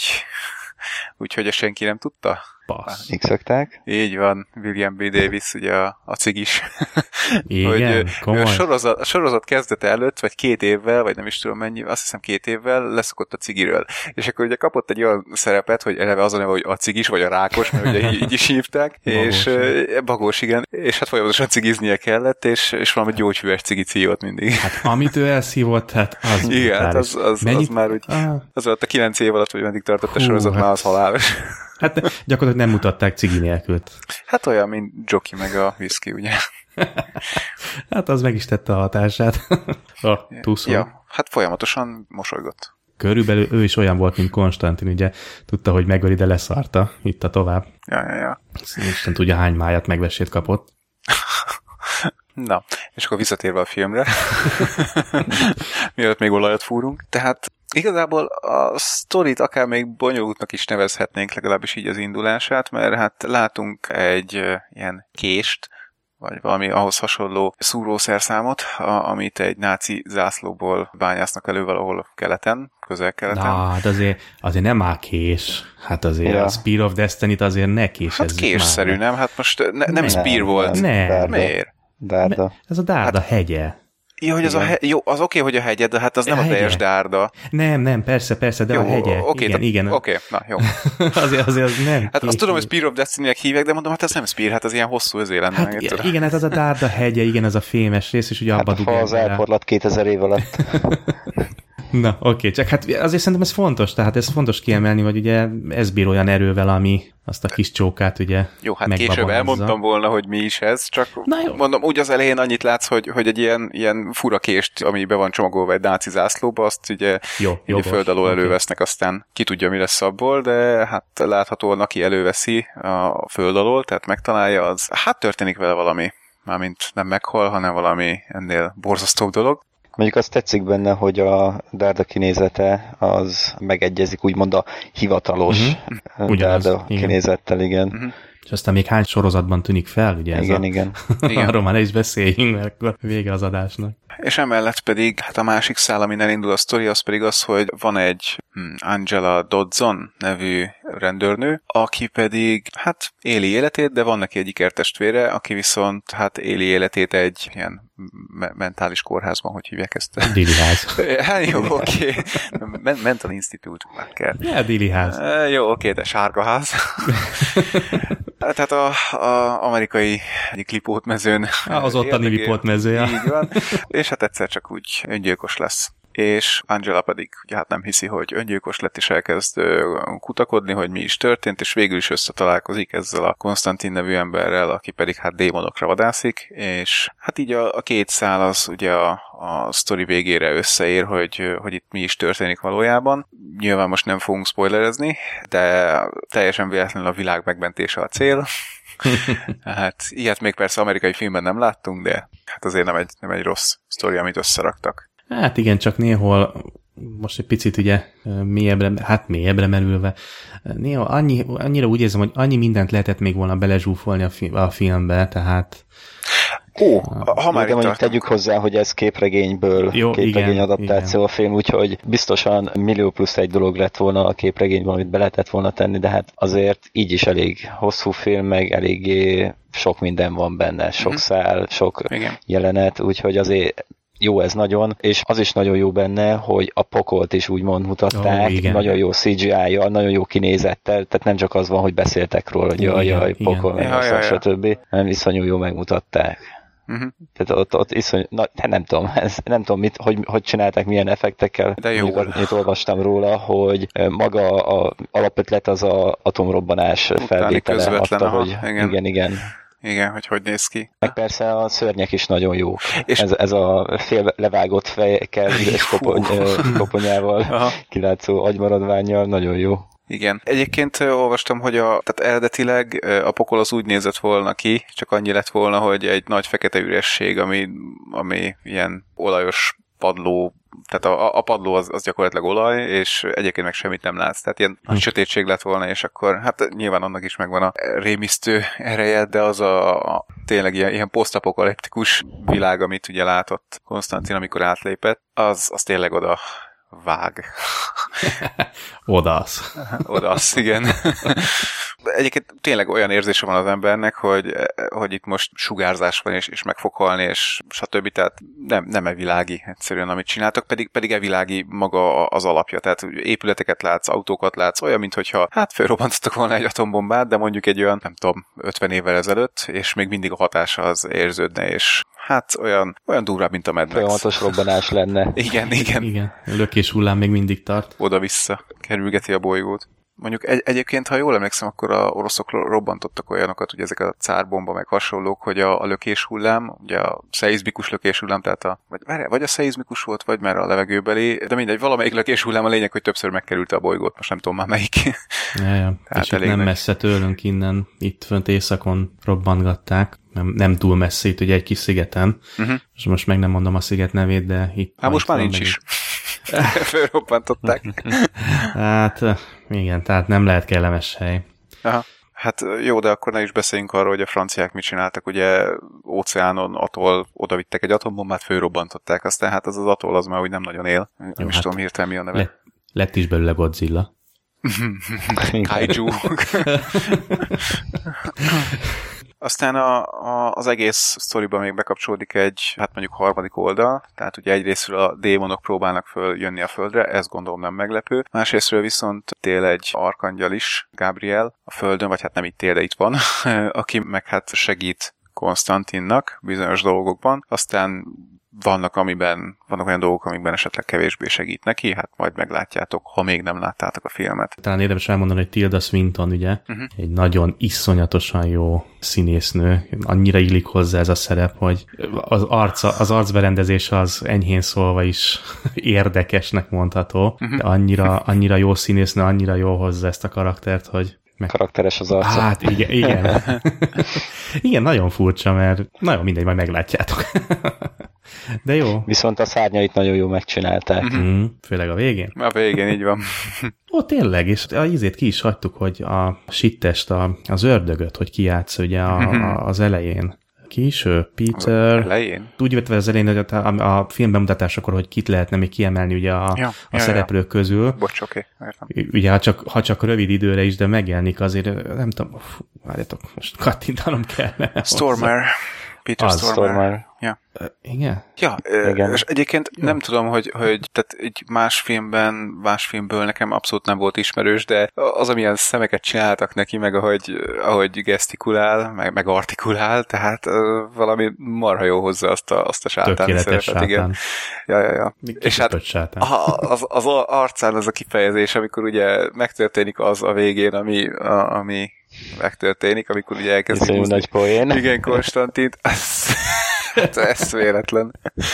senki nem tudta? Passz. X-ögták. Így van, William B. Davis, ugye a cigis. Igen, komoly. A sorozat kezdete előtt, vagy 2 évvel, vagy nem is tudom mennyi, azt hiszem 2 évvel leszokott a cigiről. És akkor ugye kapott egy olyan szerepet, hogy eleve az a neve, hogy a cigis, vagy a rákos, mert ugye így is hívták. És bagós, igen. És hát folyamatosan cigiznie kellett, és valami gyógyhűves cigit szívott mindig. Hát amit ő elszívott, hát az igen, hát az már úgy, az alatt a 9 év alatt, hogy meddig tartott a sorozat, már az halálos. Hát gyakorlatilag nem mutatták cigi nélkült. Hát olyan, mint Jockey meg a whisky, ugye? Hát az meg is tette a hatását. Túszol. Ja, hát folyamatosan mosolygott. Körülbelül ő is olyan volt, mint Konstantin, ugye tudta, hogy megöli, de leszarta, itta tovább. Ja. Isten tudja, hány májat megvesét kapott. Na, és akkor visszatérve a filmre, mielőtt még olajat fúrunk. Tehát igazából a sztorit akár még bonyolultnak is nevezhetnénk, legalábbis így az indulását, mert hát látunk egy ilyen kést, vagy valami ahhoz hasonló szúrószerszámot, amit egy náci zászlóból bányásznak elő valahol keleten, közel-keleten. Na, hát azért nem áll kés. Hát azért a Spear of Destiny-t azért ne késezzük. Hát késszerű, nem? Hát most nem Spear volt. Nem. Miért? Dárda. Ez a Dárda hegye. Jó, hogy jó, az oké, hogy a hegye, de hát az nem a teljes Dárda. Nem, persze, de jó, a hegye. Igen. Oké, na jó. azért az nem. Hát azt tudom, hogy Spear of Destiny-nek hívják, de mondom, hát ez nem Spear, hát az ilyen hosszú özé lenne. Hát igen, hát az a Dárda hegye, igen, az a fémes rész, és ugye abba dugják. Hát az elporlat 2000 év alatt. Na, oké, csak hát azért szerintem ez fontos, tehát ez fontos kiemelni, hogy ugye ez bír olyan erővel, ami azt a kis csókát ugye jó, hát később elmondtam volna, hogy mi is ez, csak mondom, úgy az elején annyit látsz, hogy egy ilyen furakést, ami be van csomagolva egy náci zászlóba, azt ugye a föld alól elővesznek, aztán ki tudja, mi lesz abból, de hát láthatóan, aki előveszi a föld alól, tehát megtalálja, az hát történik vele valami, mármint nem meghal, hanem valami ennél borzasztóbb dolog. Mondjuk azt tetszik benne, hogy a Dárda kinézete az megegyezik úgymond a hivatalos Dárda kinézettel, igen. És aztán még hány sorozatban tűnik fel, ugye ez igen. Arról már ne is beszéljünk, mert akkor vége az adásnak. És emellett pedig, hát a másik szál, amin elindul a sztori, az pedig az, hogy van egy Angela Dodson nevű rendőrnő, aki pedig, hát éli életét, de van neki egy ikertestvére, aki viszont, hát éli életét egy ilyen mentális kórházban, hogy hívják ezt? Diliház. Hát jó, oké. Mental Institute. Ja, Diliház. Jó, oké, de sárgaház. Tehát az amerikai egyik lipótmezőn. Az ottani lipótmezője. Így van. És hát egyszer csak úgy öngyilkos lesz. És Angela pedig ugye hát nem hiszi, hogy öngyilkos lett, és elkezd kutakodni, hogy mi is történt, és végül is összetalálkozik ezzel a Konstantin nevű emberrel, aki pedig hát démonokra vadászik, és hát így a két szál az ugye a sztori végére összeér, hogy itt mi is történik valójában. Nyilván most nem fogunk spoilerezni, de teljesen véletlenül a világ megmentése a cél. Hát ilyet még persze amerikai filmben nem láttunk, de hát azért nem egy rossz sztori, amit összeraktak. Hát igen, csak néhol most egy picit ugye mélyebbre merülve, néha annyira úgy érzem, hogy annyi mindent lehetett még volna belezsúfolni a filmbe, tehát... Ha már mondjuk tegyük hozzá, hogy ez képregény adaptáció a film, úgyhogy biztosan millió plusz egy dolog lett volna a képregényben, amit be lehetett volna tenni, de hát azért így is elég hosszú film, meg eléggé sok minden van benne, sok szál, sok jelenet, úgyhogy azért jó ez nagyon, és az is nagyon jó benne, hogy a pokolt is úgymond mutatták, nagyon jó CGI-jal, nagyon jó kinézettel, tehát nem csak az van, hogy beszéltek róla, hogy jaj, pokol, meg stb., hanem iszonyú jó megmutatták. Tehát ott iszonyú, nem tudom hogy csinálták, milyen effektekkel. De jó. Itt olvastam róla, hogy maga a alapötlet az a atomrobbanás felvétele adta, hogy igen. Igen, hogy néz ki. Meg persze a szörnyek is nagyon jók. És ez a fél levágott fejekkel, üres koponyával, kilátszó agymaradvánnyal, nagyon jó. Igen. Egyébként olvastam, hogy tehát eredetileg a pokol az úgy nézett volna ki, csak annyi lett volna, hogy egy nagy fekete üresség, ami ilyen olajos padló, tehát a padló az gyakorlatilag olaj, és egyébként meg semmit nem látsz. Tehát ilyen nagy sötétség lett volna, és akkor hát nyilván annak is megvan a rémisztő ereje, de az a tényleg ilyen posztapokaliptikus világ, amit ugye látott Konstantin, amikor átlépett, az tényleg oda vág. Odasz, igen. Egyébként tényleg olyan érzése van az embernek, hogy itt most sugárzás van, és meg fog halni, és stb. Tehát nem evilági egyszerűen, amit csináltak, pedig evilági maga az alapja. Tehát épületeket látsz, autókat látsz, olyan, mintha hát felrobbantottak volna egy atombombát, de mondjuk egy olyan, nem tudom, 50 évvel ezelőtt, és még mindig a hatása az érződne, és hát olyan durvább, mint a Mad Max. Folyamatos robbanás lenne. Igen. Lökés hullám még mindig tart. Oda-vissza kerülgeti a bolygót. Mondjuk egyébként, ha jól emlékszem, akkor a oroszok robbantottak olyanokat, ugye ezek a cárbomba meg hasonlók, hogy a lökés hullám, ugye a szeizmikus lökés hullám, tehát vagy a szeizmikus volt, vagy már a levegőbeli, de mindegy, valamelyik lökés hullám a lényeg, hogy többször megkerülte a bolygót, most nem tudom már melyik. Ja. És itt nem messze tőlünk innen, itt fönt északon robbantgatták, nem túl messze, itt ugye egy kis szigeten, és most meg nem mondom a sziget nevét, de itt... Hát most már nincs is. Fölrobbantották. Hát igen, tehát nem lehet kellemes hely. Aha. Hát jó, de akkor ne is beszéljünk arról, hogy a franciák mit csináltak. Ugye óceánon atoll odavittek egy atombombát, fölrobbantották, aztán hát az atoll az már úgy nem nagyon él. Nem is tudom hirtelen mi a neve. Lett is belőle Godzilla. Kaiju. Aztán az egész sztoriban még bekapcsolódik egy, hát mondjuk harmadik oldal, tehát ugye egyrésztről a démonok próbálnak följönni a földre, ez gondolom nem meglepő. Másrésztről viszont él egy arkangyal is, Gabriel, a földön, vagy hát nem itt él, de itt van, aki meg hát segít Konstantinnak bizonyos dolgokban. Aztán vannak olyan dolgok, amikben esetleg kevésbé segít neki, hát majd meglátjátok, ha még nem láttátok a filmet. Talán érdemes elmondani, hogy Tilda Swinton, ugye, egy nagyon iszonyatosan jó színésznő, annyira illik hozzá ez a szerep, hogy az arcberendezés az enyhén szólva is érdekesnek mondható, de annyira jó színésznő, annyira jó hozzá ezt a karaktert, hogy karakteres az arca. Hát igen. Igen, nagyon furcsa, mert nagyon mindegy, majd meglátjátok. De jó. Viszont a szárnyait nagyon jól megcsinálták. Főleg a végén. A végén, így van. Ó, tényleg, és a ízét ki is hagytuk, hogy a sittest, az ördögöt, hogy ki játsz ugye az elején. Ki is ő? Peter. Elején? Úgy vetve az elején, hogy a film bemutatásakor, hogy kit lehetne még kiemelni ugye a szereplők közül. Bocs, oké. Ugye, ha csak rövid időre is, de megjelenik azért, nem tudom, várjatok, most kattintanom kellene. Stormer. Peter Stormer. Ja. Igen? Ja, igen. És egyébként nem tudom, hogy tehát egy más filmből nekem abszolút nem volt ismerős, de az, amilyen szemeket csináltak neki, meg ahogy gesztikulál, meg artikulál, tehát valami marha jó hozzá azt a sátáni szerepet. Igen. Ja. És hát az arcán az a kifejezés, amikor ugye megtörténik az a végén, ami megtörténik, amikor ugye elkezdik húzni. Nagy poén. Igen, Konstantint. Ez véletlen.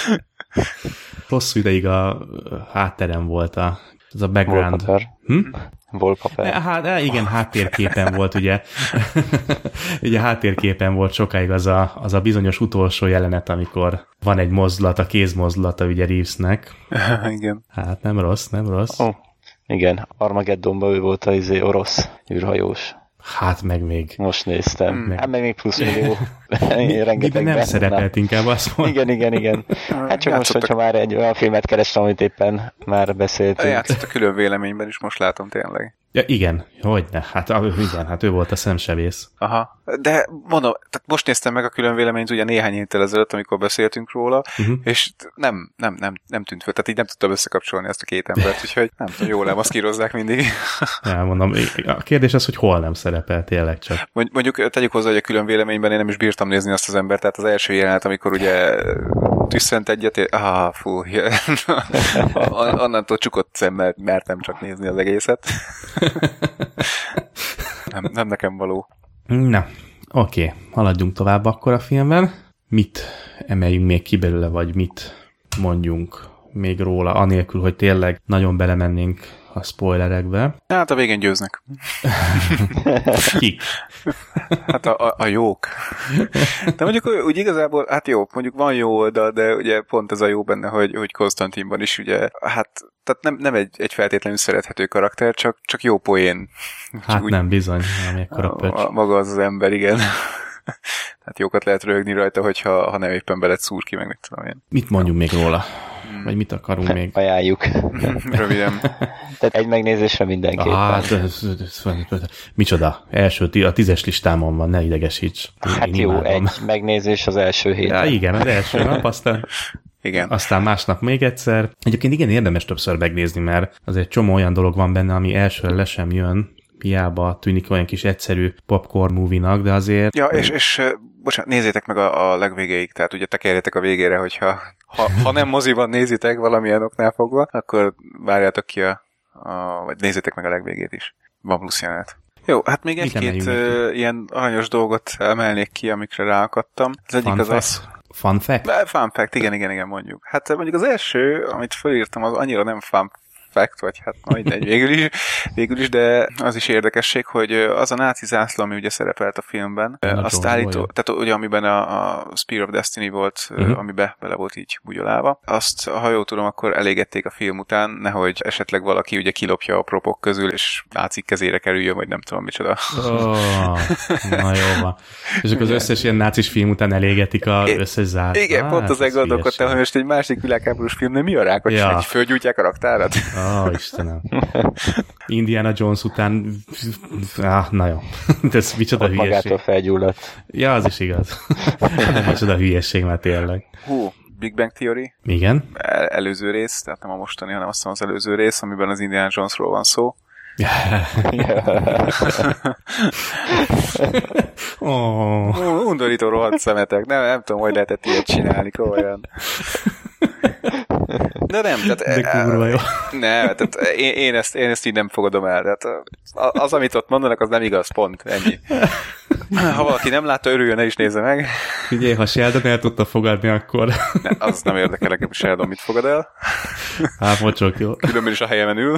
Hosszú ideig a hátterem volt az a background. Wallpaper. Hát igen, háttérképen volt, ugye. Ugye háttérképen volt sokáig az a bizonyos utolsó jelenet, amikor van egy mozdulat, a kézmozdulata ugye Reevesnek. Igen. Hát nem rossz. Oh, igen, Armageddonban ő volt az orosz űrhajós. Hát meg még. Most néztem. Hát meg még plusz millió. Miben nem szerepelt inkább, azt mondom. Igen. Hát csak most, hogyha már egy olyan filmet kerestem, amit éppen már beszéltünk. Játszott a külön véleményben is, most látom tényleg. Ja, igen, hogyne. Hát ő volt a szemsebész. Aha. De mondom, tehát most néztem meg a külön véleményt ugye néhány héttel ezelőtt, amikor beszéltünk róla, és nem tűnt föl. Tehát így nem tudtam összekapcsolni ezt a két embert, úgyhogy nem tudom, jól lemaszkírozzák mindig. Ja, mondom, a kérdés az, hogy hol nem szerepel tényleg csak. Mondjuk tegyük hozzá, hogy a külön véleményben én nem is bírtam nézni azt az embert, tehát az első jelenet, amikor ugye tüsszent egyet, onnantól csukott szemmel mertem csak nézni az egészet. Nem nekem való. Na, oké, haladjunk tovább akkor a filmben. Mit emeljünk még ki belőle, vagy mit mondjunk még róla, anélkül, hogy tényleg nagyon belemennénk a spoilerekbe. Hát a végén győznek. Kik? Hát a jók. De mondjuk úgy igazából, hát jó, mondjuk van jó oldal, de ugye pont ez a jó benne, hogy Konstantinban is ugye, hát tehát nem egy feltétlenül szerethető karakter, csak jó poén. Hát úgy, nem, bizony, nem ekkora pöcs. Maga az ember, igen. Tehát jókat lehet röhögni rajta, hogyha nem éppen beled szúr ki, meg mit tudom én. Mit mondjunk még róla? Vagy mit akarunk még? Ajánljuk. Röviden. Tehát egy megnézésre mindenképpen. Micsoda? Első, a 10-es listámon van, ne idegesíts. Hát jó, imádom. Egy megnézés az első héten. Ja, igen, az első nap, aztán másnap még egyszer. Egyébként igen, érdemes többször megnézni, mert azért csomó olyan dolog van benne, ami elsőre le sem jön. Hiába tűnik olyan kis egyszerű popcorn movie-nak, de azért... Ja, és bocsánat, nézzétek meg a legvégéig, tehát ugye tekerjetek a végére, hogyha ha nem moziban nézitek valamilyen oknál fogva, akkor várjátok ki vagy nézzétek meg a legvégét is. Van plusz jelenet. Jó, hát még egy-két ilyen aranyos dolgot emelnék ki, amikre ráakadtam. Az egyik az... Fun fact? Fun fact, igen, mondjuk. Hát mondjuk az első, amit felírtam, az annyira nem fun fact, vagy hát majd egy végül is, de az is érdekesség, hogy az a náci zászló, ami ugye szerepelt a filmben, azt állító, tehát ugye amiben a Spear of Destiny volt, amiben bele volt így bugyolálva, azt, ha jól tudom, akkor elégették a film után, nehogy esetleg valaki ugye kilopja a propok közül, és nácik kezére kerüljön, vagy nem tudom micsoda. Na jó van. És akkor az összes ilyen nácis film után elégetik az összes zászlót. Igen, pont az gondolkodtam, hogy most egy másik világháborús filmnél mi a rák, hogy fölgyújtják a raktárat? Istenem. Indiana Jones után... na jó. Ez micsoda hülyeség. Magától felgyulladt. Ja, az is igaz. Micsoda hülyeség már tényleg. Big Bang Theory. Igen. Előző rész, tehát nem a mostani, hanem azt mondom az előző rész, amiben az Indiana Jonesról van szó. Undorító rohadt szemetek. Nem tudom, hogy lehetett ilyet csinálni, komolyan. De nem, tehát... De kurva jó. Nem, tehát én ezt így nem fogadom el. Tehát az, amit ott mondanak, az nem igaz, pont, ennyi. Ha valaki nem látta, örüljön, ne is nézze meg. Ugye, ha Sheldon el tudta fogadni, akkor... Az nem érdekel, hogy Sheldon mit fogad el. Hát, mocsok, jó. Különben is a helyemen ül.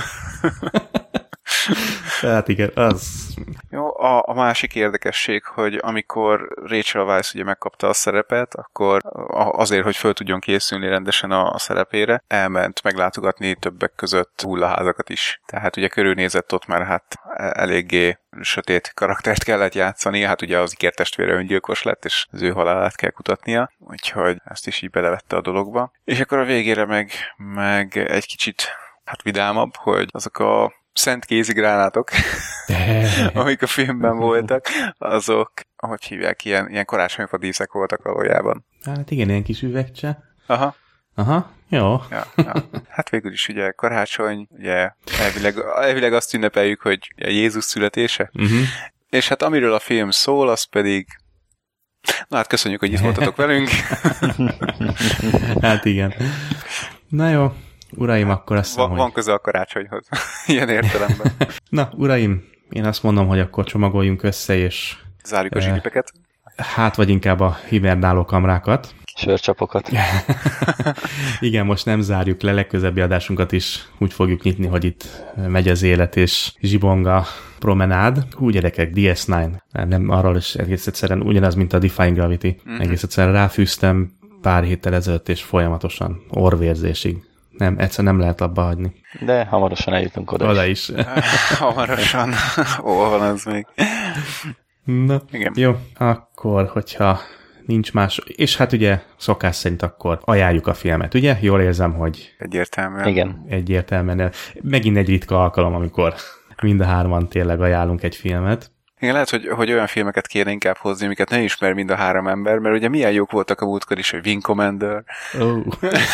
Hát igen, az... Jó, a másik érdekesség, hogy amikor Rachel Weisz ugye megkapta a szerepet, akkor azért, hogy föl tudjon készülni rendesen a szerepére, elment meglátogatni többek között hullaházakat is. Tehát ugye körülnézett ott, mert hát eléggé sötét karaktert kellett játszani, hát ugye az ikertestvére öngyilkos lett, és az ő halálát kell kutatnia, úgyhogy ezt is így belevette a dologba. És akkor a végére meg egy kicsit hát vidámabb, hogy azok a szent kézigránátok, amik a filmben voltak, azok, ahogy hívják, ilyen karácsonyfa díszek voltak valójában. Hát igen, ilyen kis üvegcse. Aha, jó. Ja. Hát végül is ugye karácsony, ugye elvileg azt ünnepeljük, hogy Jézus születése, és hát amiről a film szól, az pedig na hát köszönjük, hogy itt voltatok velünk. Hát igen. Na jó. Uraim, akkor azt hiszem, van köze a karácsonyhoz. Ilyen értelemben. Na, uraim, én azt mondom, hogy akkor csomagoljunk össze, és... Zárjuk a zsilipeket. Hát, vagy inkább a hibernáló kamrákat. Sörcsapokat. Igen, most nem zárjuk le, legközebbi adásunkat is úgy fogjuk nyitni, hogy itt megy az élet, és zsibonga promenád. Hú, gyerekek, DS9. Nem arról is egész egyszerűen ugyanaz, mint a Defying Gravity. Egész egyszerűen ráfűztem pár héttel ezelőtt, és folyamatosan orvérzésig. Nem, egyszer nem lehet abba hagyni. De hamarosan eljutunk oda is. Hamarosan. Van az még. Na, igen. Jó, akkor, hogyha nincs más, és hát ugye szokás szerint akkor ajánljuk a filmet, ugye? Jól érzem, hogy... Egyértelműen. Igen. Egyértelműen. Megint egy ritka alkalom, amikor mind a hárman tényleg ajánlunk egy filmet. Igen, lehet, hogy olyan filmeket kéne inkább hozni, amiket nem ismer mind a három ember, mert ugye milyen jók voltak a múltkor is, hogy Wing Commander. Oh.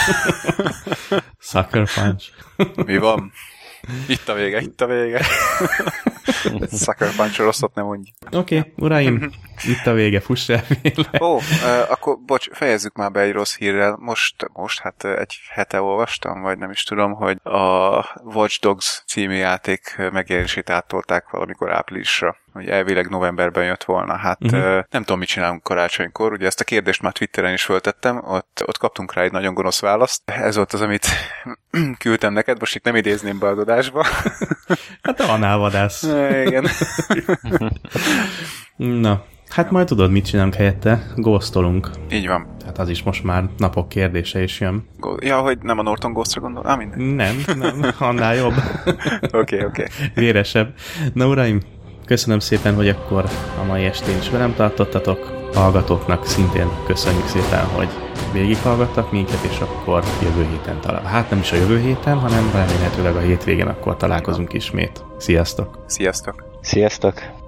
Sucker Punch. Mi van? Itt a vége. Sucker Punch rosszat nem mondj. Oké, uraim, itt a vége, fuss el véle. Akkor bocs, fejezzük már be egy rossz hírrel. Most hát egy hete olvastam, vagy nem is tudom, hogy a Watch Dogs című játék megjelenését áttolták valamikor áprilisra. Hogy elvileg novemberben jött volna. Hát nem tudom, mit csinálunk karácsonykor. Ugye ezt a kérdést már Twitteren is föltettem, ott kaptunk rá egy nagyon gonosz választ. Ez volt az, amit küldtem neked, most itt nem idézném be az adásba. Hát a análvadász. Igen. Na, hát majd tudod, mit csinálunk helyette? Ghostolunk. Így van. Tehát az is most már napok kérdése is jön. Ja, hogy nem a Norton Ghostra gondol? Minden. Nem, annál jobb. Oké. Véresebb. Na, uraim, köszönöm szépen, hogy akkor a mai estén is velem tartottatok. Hallgatóknak szintén köszönjük szépen, hogy végighallgattak minket, és akkor jövő héten talán. Hát nem is a jövő héten, hanem remélhetőleg a hétvégén akkor találkozunk ismét. Sziasztok! Sziasztok! Sziasztok!